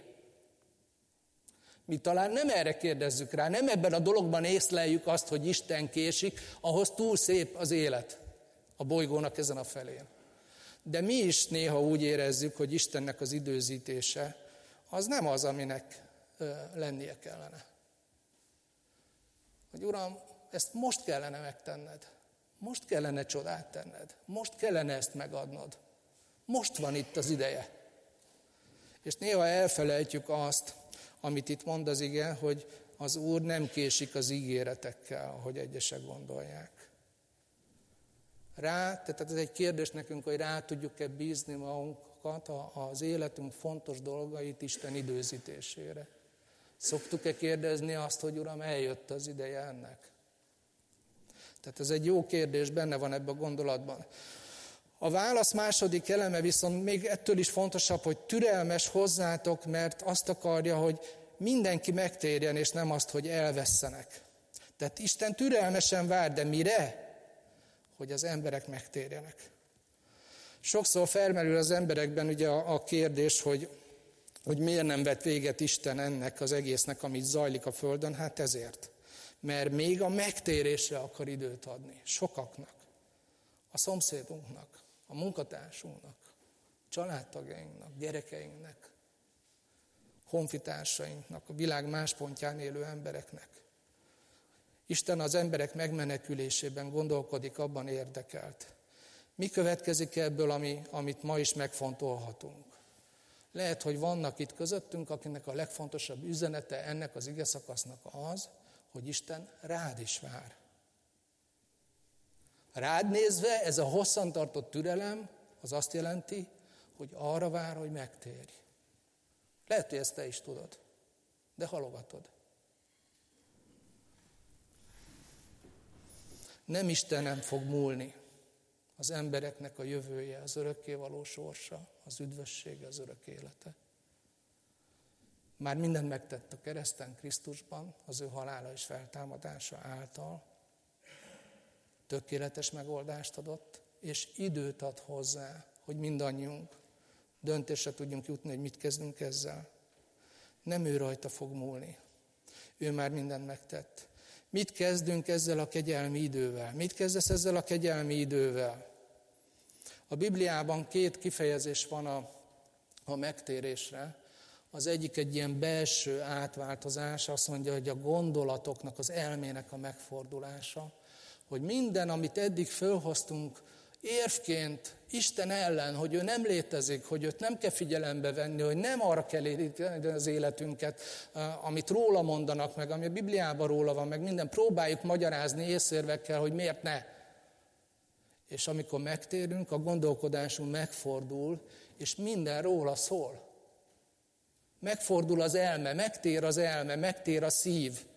Mi talán nem erre kérdezzük rá, nem ebben a dologban észleljük azt, hogy Isten késik, ahhoz túl szép az élet a bolygónak ezen a felén. De mi is néha úgy érezzük, hogy Istennek az időzítése az nem az, aminek ö, lennie kellene. Hogy Uram, ezt most kellene megtenned, most kellene csodát tenned, most kellene ezt megadnod, most van itt az ideje. És néha elfelejtjük azt, amit itt mond az ige, hogy az Úr nem késik az ígéretekkel, ahogy egyesek gondolják. Rá, tehát ez egy kérdés nekünk, hogy rá tudjuk-e bízni magunkat az életünk fontos dolgait Isten időzítésére. Szoktuk-e kérdezni azt, hogy Uram, eljött az ideje ennek? Tehát ez egy jó kérdés, benne van ebben a gondolatban. A válasz második eleme viszont még ettől is fontosabb, hogy türelmes hozzátok, mert azt akarja, hogy mindenki megtérjen, és nem azt, hogy elvesszenek. Tehát Isten türelmesen vár, de mire? Hogy az emberek megtérjenek. Sokszor felmerül az emberekben ugye a, a kérdés, hogy, hogy miért nem vet véget Isten ennek az egésznek, amit zajlik a földön. Hát ezért. Mert még a megtérésre akar időt adni. Sokaknak. A szomszédunknak, a munkatársunknak, családtagjainknak, gyerekeinknek, honfitársainknak, a világ más pontján élő embereknek. Isten az emberek megmenekülésében gondolkodik, abban érdekelt. Mi következik ebből, ami, amit ma is megfontolhatunk? Lehet, hogy vannak itt közöttünk, akinek a legfontosabb üzenete ennek az igeszakasznak az, hogy Isten rád is vár. Rád nézve ez a hosszantartott türelem, az azt jelenti, hogy arra vár, hogy megtérj. Lehet, hogy ezt te is tudod, de halogatod. Nem Istenem fog múlni az embereknek a jövője, az örökkévaló sorsa, az üdvössége, az örök élete. Már mindent megtett a kereszten Krisztusban, az ő halála és feltámadása által. Tökéletes megoldást adott, és időt ad hozzá, hogy mindannyiunk döntésre tudjunk jutni, hogy mit kezdünk ezzel. Nem ő rajta fog múlni. Ő már mindent megtett. Mit kezdünk ezzel a kegyelmi idővel? Mit kezdesz ezzel a kegyelmi idővel? A Bibliában két kifejezés van a, a megtérésre. Az egyik egy ilyen belső átváltozás, azt mondja, hogy a gondolatoknak, az elmének a megfordulása, hogy minden, amit eddig fölhoztunk érvként Isten ellen, hogy ő nem létezik, hogy őt nem kell figyelembe venni, hogy nem arra kell építeni az életünket, amit róla mondanak meg, ami a Bibliában róla van, meg minden, próbáljuk magyarázni észérvekkel, hogy miért ne. És amikor megtérünk, a gondolkodásunk megfordul, és minden róla szól. Megfordul az elme, megtér az elme, megtér a szív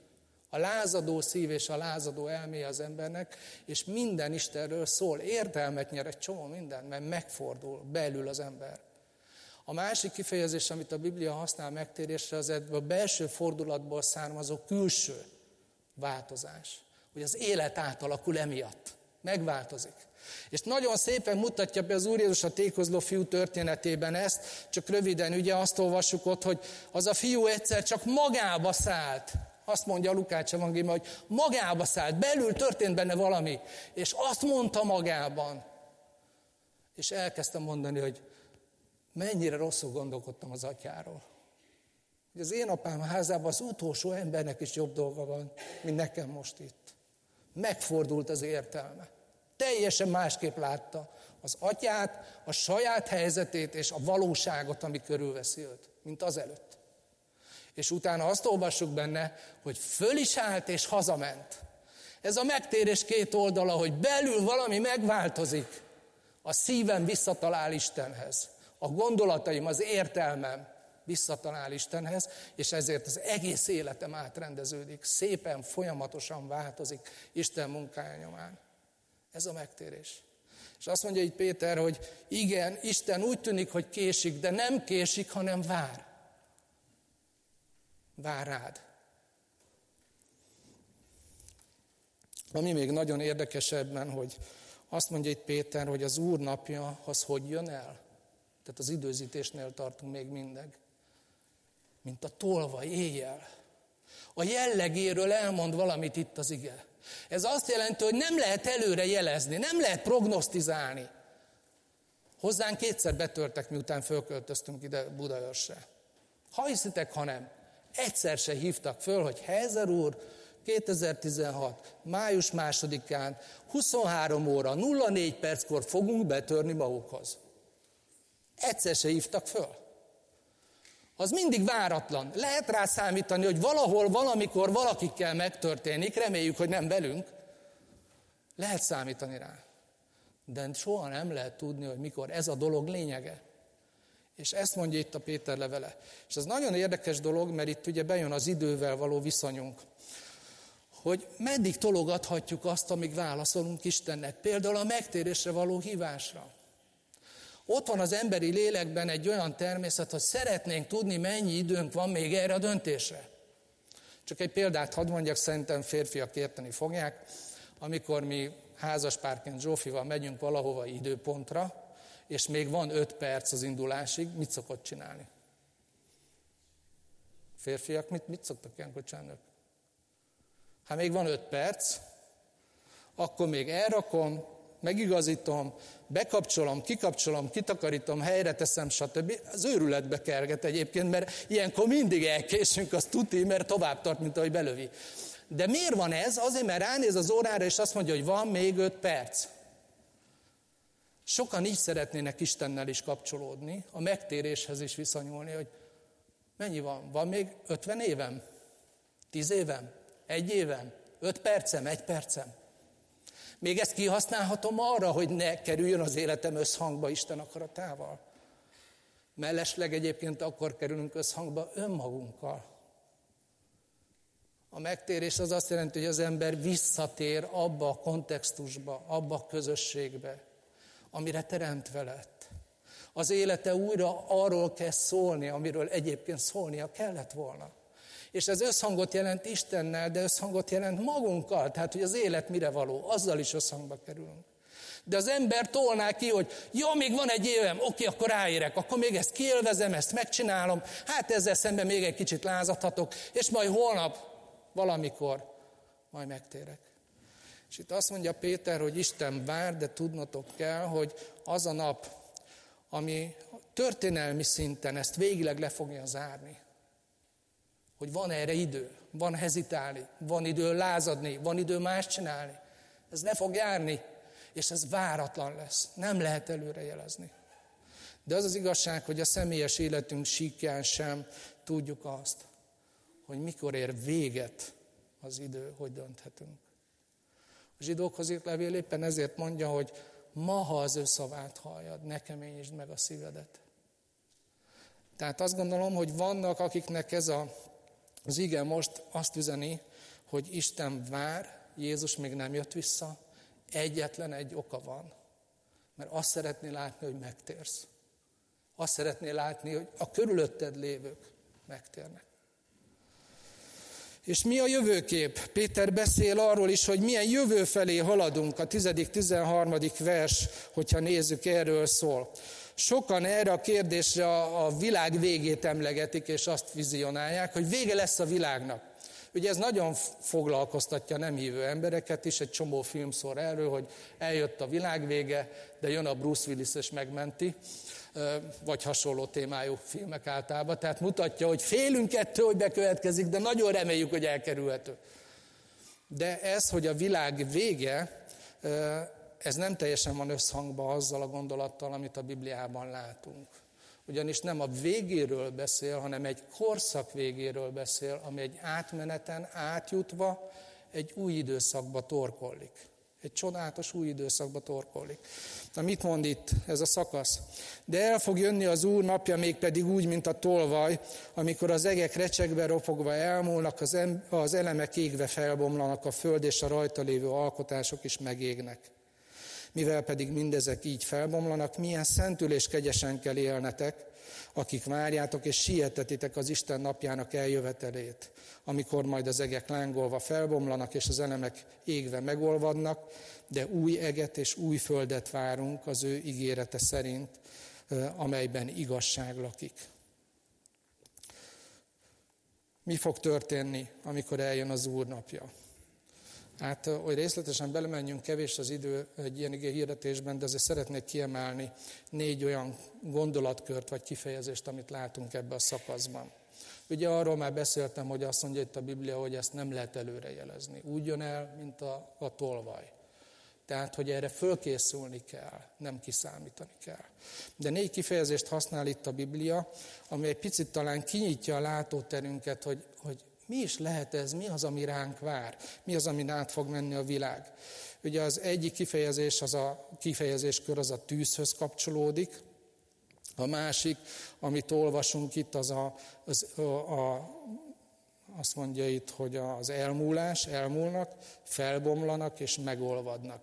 A lázadó szív és a lázadó elméje az embernek, és minden Istenről szól. Értelmet nyer egy csomó minden, mert megfordul belül az ember. A másik kifejezés, amit a Biblia használ megtérésre, az a belső fordulatból származó külső változás. Hogy az élet átalakul emiatt. Megváltozik. És nagyon szépen mutatja be az Úr Jézus a tékozló fiú történetében ezt, csak röviden ugye azt olvassuk ott, hogy az a fiú egyszer csak magába szállt. Azt mondja a Lukács evangéliuma, hogy magába szállt, belül történt benne valami, és azt mondta magában. És elkezdtem mondani, hogy mennyire rosszul gondolkodtam az atyáról. Hogy az én apám házában az utolsó embernek is jobb dolga van, mint nekem most itt. Megfordult az értelme. Teljesen másképp látta az atyát, a saját helyzetét és a valóságot, ami körülveszi őt, mint azelőtt. És utána azt olvassuk benne, hogy föl is állt és hazament. Ez a megtérés két oldala, hogy belül valami megváltozik. A szívem visszatalál Istenhez. A gondolataim, az értelmem visszatalál Istenhez, és ezért az egész életem átrendeződik. Szépen, folyamatosan változik Isten munkája nyomán. Ez a megtérés. És azt mondja itt Péter, hogy igen, Isten úgy tűnik, hogy késik, de nem késik, hanem vár. Vár rád. Ami még nagyon érdekes ebben, hogy azt mondja itt Péter, hogy az Úr napja, az hogy jön el? Tehát az időzítésnél tartunk még mindig. Mint a tolvaj éjjel. A jellegéről elmond valamit itt az ige. Ez azt jelenti, hogy nem lehet előre jelezni, nem lehet prognosztizálni. Hozzánk kétszer betörtek, miután fölköltöztünk ide Budaörsre. Ha hiszitek, ha nem. Egyszer se hívtak föl, hogy Heiser úr, kétezer-tizenhat. május másodikán, huszonhárom óra, nulla négy perckor fogunk betörni magukhoz. Egyszer se hívtak föl. Az mindig váratlan. Lehet rá számítani, hogy valahol, valamikor valakikkel megtörténik, reméljük, hogy nem velünk. Lehet számítani rá. De soha nem lehet tudni, hogy mikor. Ez a dolog lényege. És ezt mondja itt a Péter levele. És ez nagyon érdekes dolog, mert itt ugye bejön az idővel való viszonyunk. Hogy meddig tologathatjuk azt, amíg válaszolunk Istennek. Például a megtérésre való hívásra. Ott van az emberi lélekben egy olyan természet, hogy szeretnénk tudni, mennyi időnk van még erre a döntésre. Csak egy példát hadd mondjak, szerintem férfiak érteni fogják. Amikor mi házaspárként Zsófival megyünk valahova időpontra, és még van öt perc az indulásig, mit szokott csinálni? Férfiak mit, mit szoktak ilyenkor csinálni? Ha még van öt perc, akkor még elrakom, megigazítom, bekapcsolom, kikapcsolom, kitakarítom, helyre teszem, stb. Az őrületbe kerget egyébként, mert ilyenkor mindig elkésünk, az tuti, mert tovább tart, mint ahogy belövi. De miért van ez? Azért, mert ránéz az órára, és azt mondja, hogy van még öt perc. Sokan így szeretnének Istennel is kapcsolódni, a megtéréshez is viszonyulni, hogy mennyi van? Van még ötven évem? Tíz évem? Egy évem? Öt percem? Egy percem? Még ezt kihasználhatom arra, hogy ne kerüljön az életem összhangba Isten akaratával. Mellesleg egyébként akkor kerülünk összhangba önmagunkkal. A megtérés az azt jelenti, hogy az ember visszatér abba a kontextusba, abba a közösségbe, amire teremtve lett. Az élete újra arról kezd szólni, amiről egyébként szólnia kellett volna. És ez összhangot jelent Istennel, de összhangot jelent magunkkal. Tehát, hogy az élet mire való, azzal is összhangba kerülünk. De az ember tolná ki, hogy ja, még van egy évem, oké, akkor ráérek, akkor még ezt kiélvezem, ezt megcsinálom, hát ezzel szemben még egy kicsit lázadhatok, és majd holnap, valamikor, majd megtérek. És itt azt mondja Péter, hogy Isten vár, de tudnotok kell, hogy az a nap, ami történelmi szinten ezt végleg le fogja zárni. Hogy van erre idő, van hezitálni, van idő lázadni, van idő más csinálni. Ez le fog járni, és ez váratlan lesz. Nem lehet előrejelezni. De az az igazság, hogy a személyes életünk síkján sem tudjuk azt, hogy mikor ér véget az idő, hogy dönthetünk. A zsidókhoz írt levél éppen ezért mondja, hogy ma, ha az ő szavát halljad, ne keményítsd meg a szívedet. Tehát azt gondolom, hogy vannak, akiknek ez a, az ige most azt üzeni, hogy Isten vár, Jézus még nem jött vissza, egyetlen egy oka van. Mert azt szeretné látni, hogy megtérsz. Azt szeretné látni, hogy a körülötted lévők megtérnek. És mi a jövőkép? Péter beszél arról is, hogy milyen jövő felé haladunk. A tizedik-tizenharmadik vers, hogyha nézzük, erről szól. Sokan erre a kérdésre a, a világ végét emlegetik, és azt vizionálják, hogy vége lesz a világnak. Ugye ez nagyon foglalkoztatja nem hívő embereket is, egy csomó film szól erről, hogy eljött a világ vége, de jön a Bruce Willis és megmenti, vagy hasonló témájú filmek általában. Tehát mutatja, hogy félünk ettől, hogy bekövetkezik, de nagyon reméljük, hogy elkerülhető. De ez, hogy a világ vége, ez nem teljesen van összhangban azzal a gondolattal, amit a Bibliában látunk. Ugyanis nem a végéről beszél, hanem egy korszak végéről beszél, ami egy átmeneten átjutva egy új időszakba torkollik. Egy csodálatos új időszakba torkollik. Na mit mond itt ez a szakasz? De el fog jönni az Úr napja, mégpedig úgy, mint a tolvaj, amikor az egek recsegve, ropogva elmúlnak, az, em- az elemek égve felbomlanak, a föld és a rajta lévő alkotások is megégnek. Mivel pedig mindezek így felbomlanak, milyen szentül és kegyesen kell élnetek, akik várjátok és sietetitek az Isten napjának eljövetelét, amikor majd az egek lángolva felbomlanak, és az elemek égve megolvadnak, de új eget és új földet várunk az ő ígérete szerint, amelyben igazság lakik. Mi fog történni, amikor eljön az Úr napja? Hát, hogy részletesen belemenjünk, kevés az idő egy ilyen ige hirdetésben, de azért szeretnék kiemelni négy olyan gondolatkört vagy kifejezést, amit látunk ebben a szakaszban. Ugye arról már beszéltem, hogy azt mondja itt a Biblia, hogy ezt nem lehet előrejelezni. Úgy jön el, mint a, a tolvaj. Tehát, hogy erre fölkészülni kell, nem kiszámítani kell. De négy kifejezést használ itt a Biblia, ami egy picit talán kinyitja a látóterünket, hogy, hogy mi is lehet ez, mi az, ami ránk vár, mi az, amin át fog menni a világ. Ugye az egyik kifejezés, az a kifejezéskör az a tűzhöz kapcsolódik, a másik, amit olvasunk itt, az a, az, a, a azt mondja itt, hogy az elmúlás, elmúlnak, felbomlanak és megolvadnak.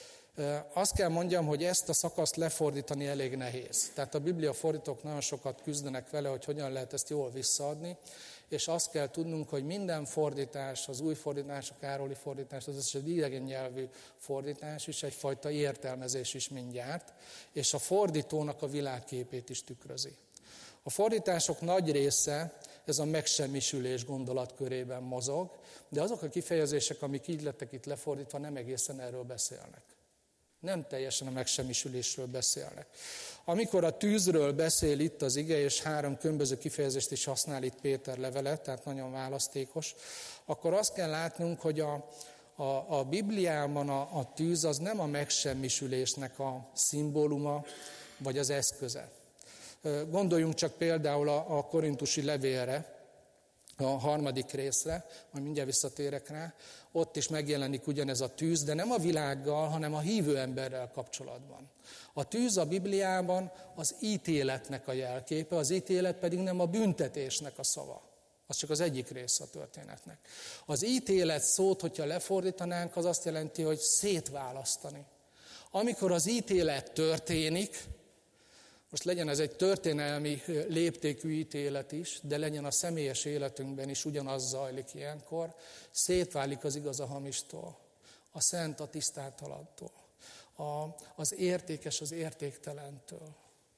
Azt kell mondjam, hogy ezt a szakaszt lefordítani elég nehéz. Tehát a Biblia fordítók nagyon sokat küzdenek vele, hogy hogyan lehet ezt jól visszaadni, és azt kell tudnunk, hogy minden fordítás, az új fordítás, a Károli fordítás, az egy idegen nyelvű fordítás is, egyfajta értelmezés is mindjárt, és a fordítónak a világképét is tükrözi. A fordítások nagy része ez a megsemmisülés gondolatkörében mozog, de azok a kifejezések, amik így lettek itt lefordítva, nem egészen erről beszélnek. Nem teljesen a megsemmisülésről beszélnek. Amikor a tűzről beszél itt az ige, és három különböző kifejezést is használ itt Péter levele, tehát nagyon választékos, akkor azt kell látnunk, hogy a, a, a Bibliában a, a tűz az nem a megsemmisülésnek a szimbóluma, vagy az eszköze. Gondoljunk csak például a, a korintusi levélre, a harmadik részre, majd mindjárt visszatérek rá, ott is megjelenik ugyanez a tűz, de nem a világgal, hanem a hívő emberrel kapcsolatban. A tűz a Bibliában az ítéletnek a jelképe, az ítélet pedig nem a büntetésnek a szava. Az csak az egyik része a történetnek. Az ítélet szót, hogyha lefordítanánk, az azt jelenti, hogy szétválasztani. Amikor az ítélet történik, most legyen ez egy történelmi léptékű ítélet is, de legyen a személyes életünkben is ugyanaz zajlik ilyenkor, szétválik az igaz a hamistól, a szent a tisztáltalattól, a, az értékes az értéktelentől,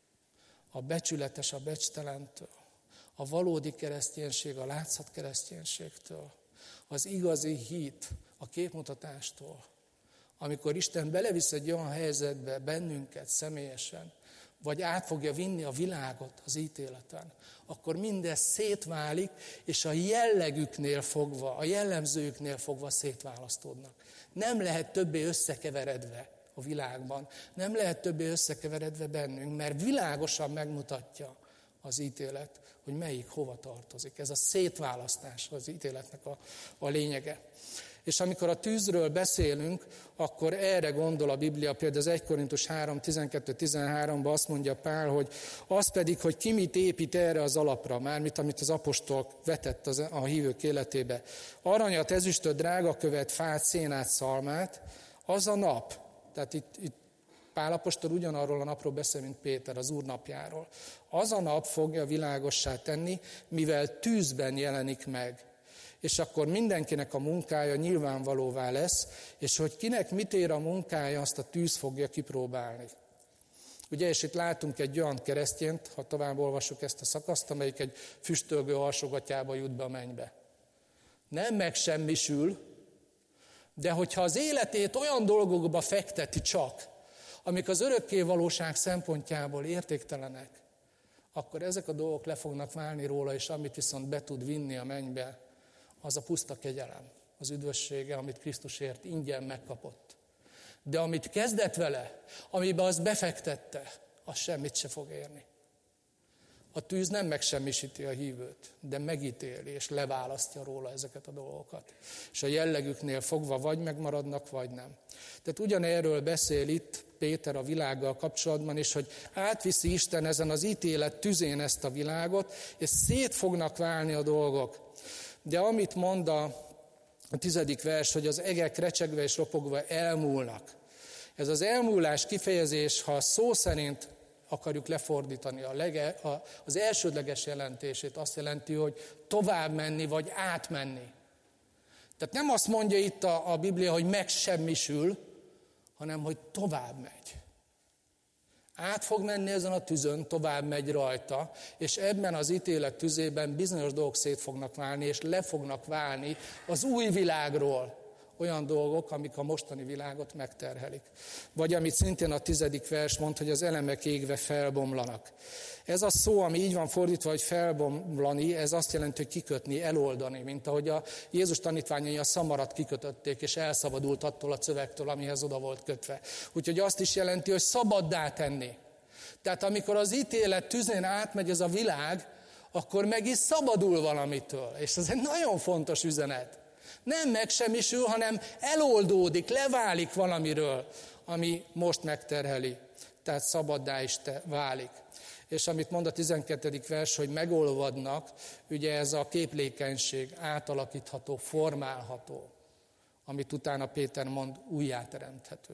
a becsületes a becstelentől, a valódi kereszténység a látszat kereszténységtől, az igazi hit a képmutatástól, amikor Isten belevisz egy olyan helyzetbe bennünket személyesen, vagy át fogja vinni a világot az ítéleten, akkor mindez szétválik, és a jellegüknél fogva, a jellemzőjüknél fogva szétválasztódnak. Nem lehet többé összekeveredve a világban, nem lehet többé összekeveredve bennünk, mert világosan megmutatja az ítélet, hogy melyik hova tartozik. Ez a szétválasztás az ítéletnek a, a lényege. És amikor a tűzről beszélünk, akkor erre gondol a Biblia, például az egy Korintus három tizenkettő tizenháromban azt mondja Pál, hogy az pedig, hogy ki mit épít erre az alapra, mármint amit az apostol vetett az, a hívők életébe. Aranyat, ezüstöt, drágakövet, fát, szénát, szalmát, az a nap. Tehát itt, itt Pál apostol ugyanarról a napról beszél, mint Péter, az Úr napjáról. Az a nap fogja világossá tenni, mivel tűzben jelenik meg. És akkor mindenkinek a munkája nyilvánvalóvá lesz, és hogy kinek mit ér a munkája, azt a tűz fogja kipróbálni. Ugye, és itt látunk egy olyan keresztényt, ha tovább olvasok ezt a szakaszt, amelyik egy füstölgő alsógatyába jut be a mennybe. Nem megsemmisül, de hogyha az életét olyan dolgokba fekteti csak, amik az örökké valóság szempontjából értéktelenek, akkor ezek a dolgok le fognak válni róla, és amit viszont be tud vinni a mennybe, az a puszta kegyelem, az üdvössége, amit Krisztusért ingyen megkapott. De amit kezdett vele, amiben azt befektette, az semmit se fog érni. A tűz nem megsemmisíti a hívőt, de megítéli és leválasztja róla ezeket a dolgokat. És a jellegüknél fogva vagy megmaradnak, vagy nem. Tehát ugyanerről beszél itt Péter a világgal kapcsolatban, és hogy átviszi Isten ezen az ítélet tüzén ezt a világot, és szét fognak válni a dolgok. De amit mond a, a tizedik vers, hogy az egek recsegve és ropogva elmúlnak. Ez az elmúlás kifejezés, ha szó szerint akarjuk lefordítani a lege, a, az elsődleges jelentését, azt jelenti, hogy tovább menni vagy átmenni. Tehát nem azt mondja itt a, a Biblia, hogy megsemmisül, hanem hogy tovább megy. Át fog menni ezen a tüzön, tovább megy rajta, és ebben az ítélet tüzében bizonyos dolgok szét fognak válni, és le fognak válni az új világról olyan dolgok, amik a mostani világot megterhelik. Vagy amit szintén a tizedik vers mond, hogy az elemek égve felbomlanak. Ez a szó, ami így van fordítva, hogy felbomlani, ez azt jelenti, hogy kikötni, eloldani, mint ahogy a Jézus tanítványai a szamarat kikötötték, és elszabadult attól a szövegtől, amihez oda volt kötve. Úgyhogy azt is jelenti, hogy szabaddá tenni. Tehát amikor az ítélet tüzén átmegy ez a világ, akkor meg is szabadul valamitől. És ez egy nagyon fontos üzenet. Nem megsemmisül, hanem eloldódik, leválik valamiről, ami most megterheli. Tehát szabaddá is te válik. És amit mond a tizenkettedik vers, hogy megolvadnak, ugye ez a képlékenység, átalakítható, formálható, amit utána Péter mond, újjáteremthető.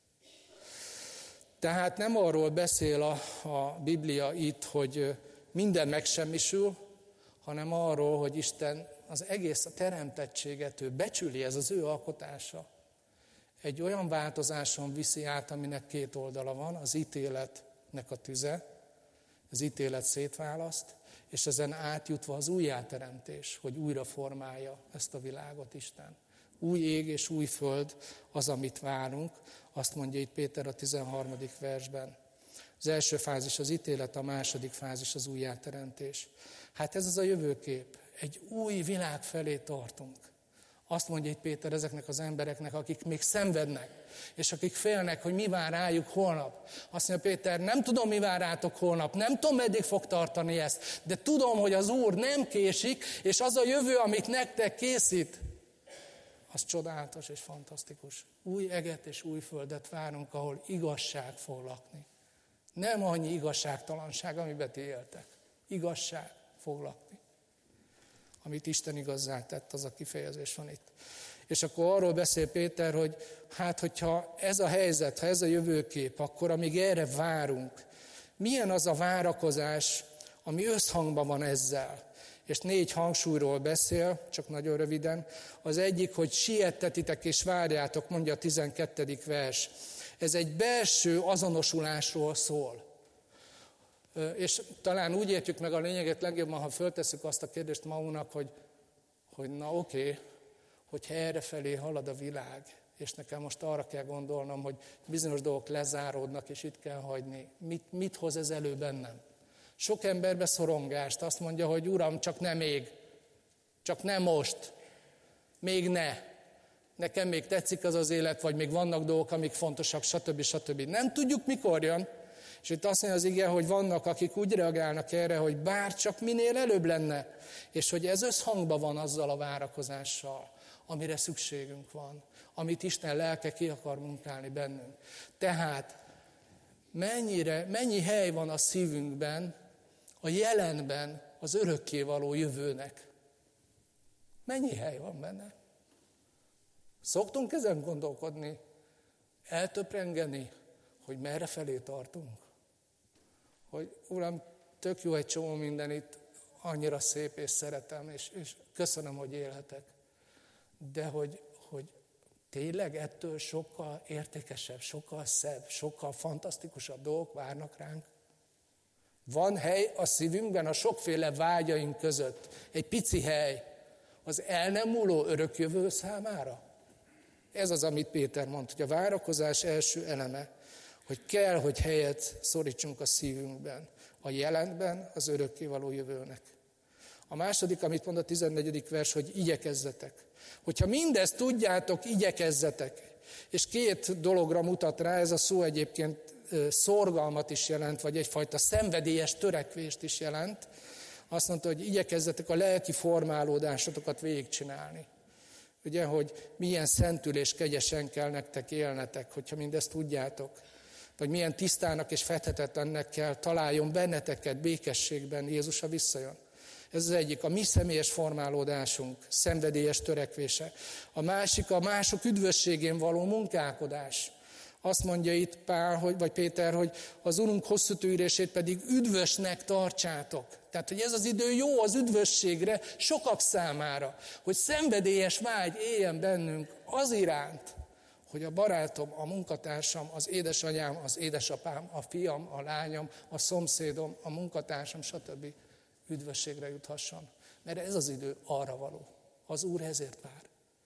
Tehát nem arról beszél a, a Biblia itt, hogy minden megsemmisül, hanem arról, hogy Isten az egész a teremtettséget ő becsüli, ez az ő alkotása. Egy olyan változáson viszi át, aminek két oldala van, az ítéletnek a tüze, az ítélet szétválaszt, és ezen átjutva az újjáteremtés, hogy újra formálja ezt a világot Isten. Új ég és új föld az, amit várunk, azt mondja itt Péter a tizenharmadik versben. Az első fázis az ítélet, a második fázis az újjáteremtés. Hát ez az a jövőkép. Egy új világ felé tartunk. Azt mondja itt Péter ezeknek az embereknek, akik még szenvednek, és akik félnek, hogy mi vár rájuk holnap. Azt mondja Péter, nem tudom, mi vár rátok holnap, nem tudom, meddig fog tartani ezt, de tudom, hogy az Úr nem késik, és az a jövő, amit nektek készít, az csodálatos és fantasztikus. Új eget és új földet várunk, ahol igazság fog lakni. Nem annyi igazságtalanság, amiben ti éltek. Igazság fog lakni. Amit Isten igazzá tett, az a kifejezés van itt. És akkor arról beszél Péter, hogy hát, hogyha ez a helyzet, ha ez a jövőkép, akkor amíg erre várunk, milyen az a várakozás, ami összhangban van ezzel. És négy hangsúlyról beszél, csak nagyon röviden. Az egyik, hogy siettetitek és várjátok, mondja a tizenkettedik vers. Ez egy belső azonosulásról szól. És talán úgy értjük meg a lényeget legjobban, ha föltesszük azt a kérdést magunknak, hogy, hogy na oké, okay, hogyha errefelé halad a világ, és nekem most arra kell gondolnom, hogy bizonyos dolgok lezáródnak, és itt kell hagyni. Mit, mit hoz ez elő bennem? Sok emberbe szorongást, azt mondja, hogy Uram, csak ne még, csak nem most, még ne. Nekem még tetszik az az élet, vagy még vannak dolgok, amik fontosak, stb. stb. Nem tudjuk, mikor jön. És itt azt mondja az ige, hogy vannak, akik úgy reagálnak erre, hogy bár csak minél előbb lenne, és hogy ez összhangban van azzal a várakozással, amire szükségünk van, amit Isten lelke ki akar munkálni bennünk. Tehát mennyire, mennyi hely van a szívünkben, a jelenben az örökkévaló jövőnek? Mennyi hely van benne? Szoktunk ezen gondolkodni, eltöprengeni, hogy merre felé tartunk? Hogy Uram, tök jó egy csomó minden itt, annyira szép és szeretem, és, és köszönöm, hogy élhetek. De hogy, hogy tényleg ettől sokkal értékesebb, sokkal szebb, sokkal fantasztikusabb dolgok várnak ránk? Van hely a szívünkben, a sokféle vágyaink között, egy pici hely, az el nem múló örökjövő számára? Ez az, amit Péter mondta, hogy a várakozás első eleme, hogy kell, hogy helyet szorítsunk a szívünkben, a jelenben az örökkévaló jövőnek. A második, amit mond a tizennegyedik vers, hogy igyekezzetek. Hogyha mindezt tudjátok, igyekezzetek. És két dologra mutat rá, ez a szó egyébként szorgalmat is jelent, vagy egyfajta szenvedélyes törekvést is jelent. Azt mondta, hogy igyekezzetek a lelki formálódásotokat végigcsinálni. Ugye, hogy milyen szentül és kegyesen kell nektek élnetek, hogyha mindezt tudjátok. Vagy milyen tisztának és fethetetlennek kell találjon benneteket békességben, Jézus, ha visszajön. Ez az egyik, a mi személyes formálódásunk, szenvedélyes törekvése. A másik, a mások üdvösségén való munkálkodás. Azt mondja itt Pál, hogy, vagy Péter, hogy az Urunk hosszú tűrését pedig üdvösnek tartsátok. Tehát, hogy ez az idő jó az üdvösségre sokak számára, hogy szenvedélyes vágy éljen bennünk az iránt, hogy a barátom, a munkatársam, az édesanyám, az édesapám, a fiam, a lányom, a szomszédom, a munkatársam, stb. Üdvösségre juthasson. Mert ez az idő arra való. Az Úr ezért vár.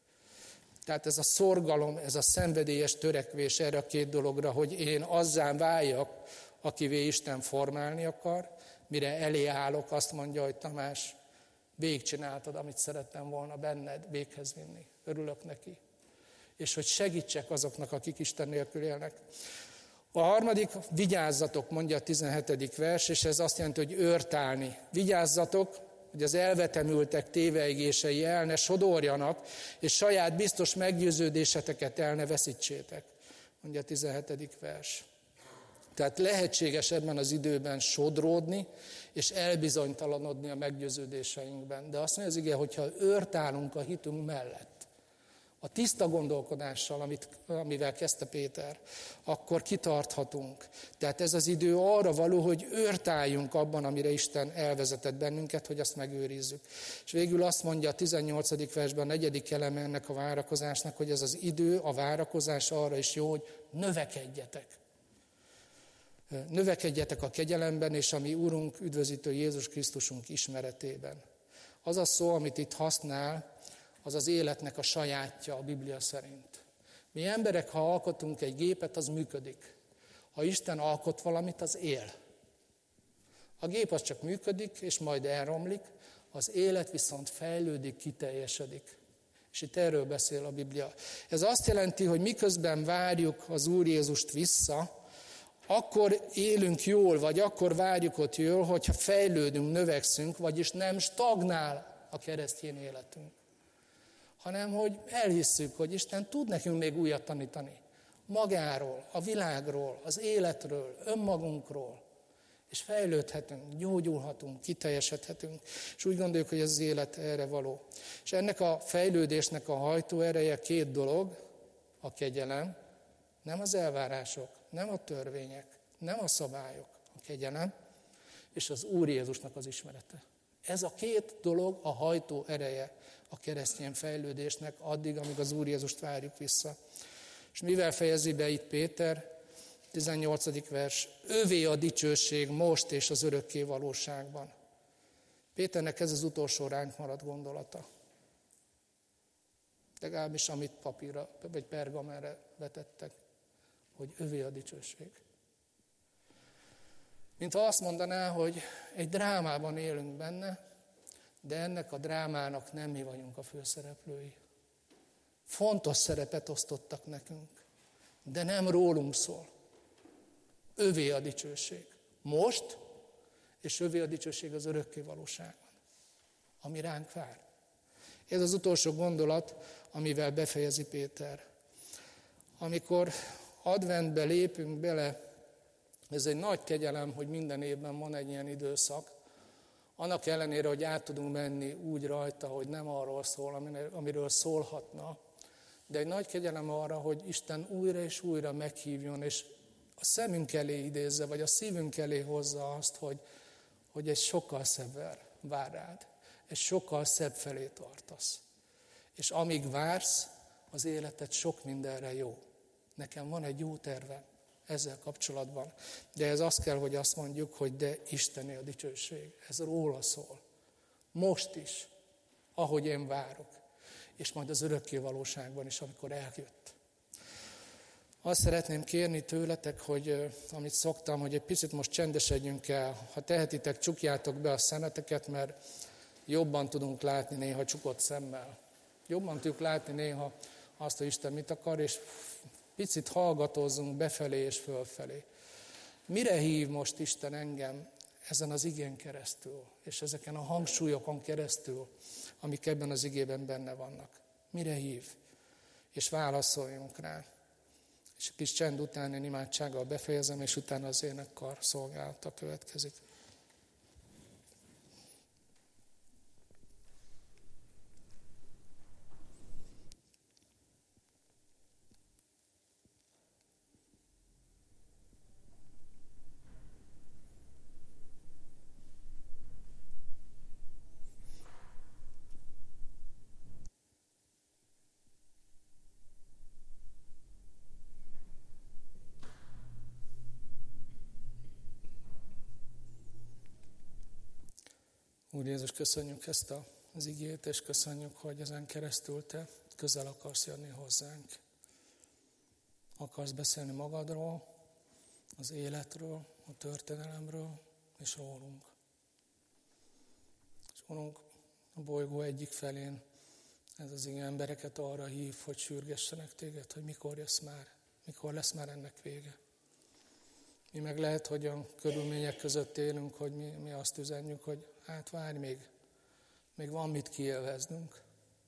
Tehát ez a szorgalom, ez a szenvedélyes törekvés erre a két dologra, hogy én azzá váljak, akivé Isten formálni akar, mire elé állok, azt mondja, hogy Tamás, végigcsináltad, amit szerettem volna benned véghez vinni. Örülök neki. És hogy segítsek azoknak, akik Isten nélkül élnek. A harmadik, vigyázzatok, mondja a tizenhetedik vers, és ez azt jelenti, hogy őrtálni. Vigyázzatok, hogy az elvetemültek téveigései el ne sodorjanak, és saját biztos meggyőződéseteket el ne veszítsétek, mondja a tizenhetedik vers. Tehát lehetséges ebben az időben sodródni, és elbizonytalanodni a meggyőződéseinkben. De azt mondja az ige, hogyha őrtálunk a hitünk mellett, a tiszta gondolkodással, amit, amivel kezdte Péter, akkor kitarthatunk. Tehát ez az idő arra való, hogy őrtáljunk abban, amire Isten elvezetett bennünket, hogy azt megőrizzük. És végül azt mondja a tizennyolcadik versben, a negyedik eleme ennek a várakozásnak, hogy ez az idő, a várakozás arra is jó, hogy növekedjetek. Növekedjetek a kegyelemben, és a mi Úrunk, üdvözítő Jézus Krisztusunk ismeretében. Az a szó, amit itt használ, az az életnek a sajátja a Biblia szerint. Mi emberek, ha alkotunk egy gépet, az működik. Ha Isten alkot valamit, az él. A gép az csak működik, és majd elromlik, az élet viszont fejlődik, kiteljesedik. És itt erről beszél a Biblia. Ez azt jelenti, hogy miközben várjuk az Úr Jézust vissza, akkor élünk jól, vagy akkor várjuk ott jól, hogyha fejlődünk, növekszünk, vagyis nem stagnál a keresztény életünk. Hanem, hogy elhisszük, hogy Isten tud nekünk még újat tanítani. Magáról, a világról, az életről, önmagunkról. És fejlődhetünk, gyógyulhatunk, kiteljesedhetünk. És úgy gondoljuk, hogy ez az élet erre való. És ennek a fejlődésnek a hajtóereje két dolog, a kegyelem, nem az elvárások, nem a törvények, nem a szabályok, a kegyelem, és az Úr Jézusnak az ismerete. Ez a két dolog a hajtó ereje a keresztény fejlődésnek addig, amíg az Úr Jézust várjuk vissza. És mivel fejezi be itt Péter? tizennyolcadik vers. Ővé a dicsőség most és az örökké valóságban. Péternek ez az utolsó ránk maradt gondolata. Legalábbis amit papírra vagy pergamenre vetettek, hogy ővé a dicsőség. Mintha azt mondaná, hogy egy drámában élünk benne, de ennek a drámának nem mi vagyunk a főszereplői. Fontos szerepet osztottak nekünk, de nem rólunk szól. Övé a dicsőség. Most, és övé a dicsőség az örökké valóságban, ami ránk vár. Ez az utolsó gondolat, amivel befejezi Péter. Amikor adventbe lépünk bele, ez egy nagy kegyelem, hogy minden évben van egy ilyen időszak, annak ellenére, hogy át tudunk menni úgy rajta, hogy nem arról szól, amiről szólhatna, de egy nagy kegyelem arra, hogy Isten újra és újra meghívjon, és a szemünk elé idézze, vagy a szívünk elé hozza azt, hogy, hogy egy sokkal szebb vár rád, egy sokkal szebb felé tartasz. És amíg vársz, az életed sok mindenre jó. Nekem van egy jó tervem ezzel kapcsolatban, de ez azt kell, hogy azt mondjuk, hogy de Istené a dicsőség. Ez róla szól. Most is, ahogy én várok, és majd az örökké valóságban is, amikor eljött. Azt szeretném kérni tőletek, hogy amit szoktam, hogy egy picit most csendesedjünk el. Ha tehetitek, csukjátok be a szemeteket, mert jobban tudunk látni néha csukott szemmel. Jobban tudjuk látni néha azt, hogy Isten mit akar, és picit hallgatózzunk befelé és fölfelé. Mire hív most Isten engem ezen az igén keresztül, és ezeken a hangsúlyokon keresztül, amik ebben az igében benne vannak? Mire hív? És válaszoljunk rá. És a kis csend után én imádsággal befejezem, és utána az énekkar szolgálata következik. Úr Jézus, köszönjük ezt az igét, és köszönjük, hogy ezen keresztül Te közel akarsz jönni hozzánk. Akarsz beszélni magadról, az életről, a történelemről, és rólunk. És Urunk, a bolygó egyik felén ez az ige embereket arra hív, hogy sürgessenek Téged, hogy mikor jössz már, mikor lesz már ennek vége. Mi meg lehet, hogy a körülmények között élünk, hogy mi, mi azt üzenjük, hogy hát várj még, még van mit kiélveznünk.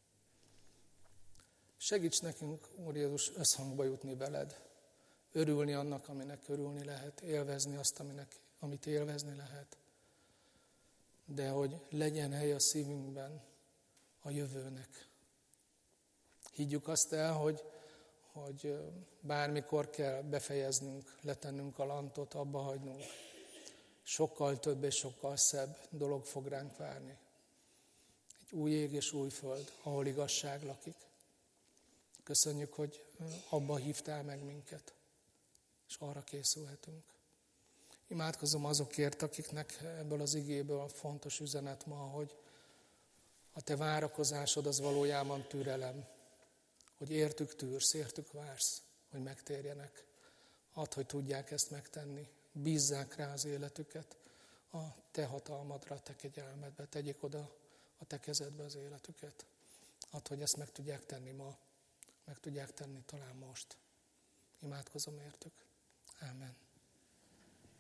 Segíts nekünk, Úr Jézus, összhangba jutni veled, örülni annak, aminek örülni lehet, élvezni azt, aminek, amit élvezni lehet, de hogy legyen hely a szívünkben a jövőnek. Higgyük azt el, hogy hogy bármikor kell befejeznünk, letennünk a lantot, abba hagynunk. Sokkal több és sokkal szebb dolog fog ránk várni. Egy új ég és új föld, ahol igazság lakik. Köszönjük, hogy abba hívtál meg minket, és arra készülhetünk. Imádkozom azokért, akiknek ebből az igéből fontos üzenet ma, hogy a te várakozásod az valójában türelem, hogy értük tűrsz, értük vársz, hogy megtérjenek. Add, hogy tudják ezt megtenni. Bízzák rá az életüket a te hatalmadra, a te kegyelmedbe. Tegyék oda a te kezedbe az életüket. Add, hogy ezt meg tudják tenni ma. Meg tudják tenni talán most. Imádkozom értük. Ámen.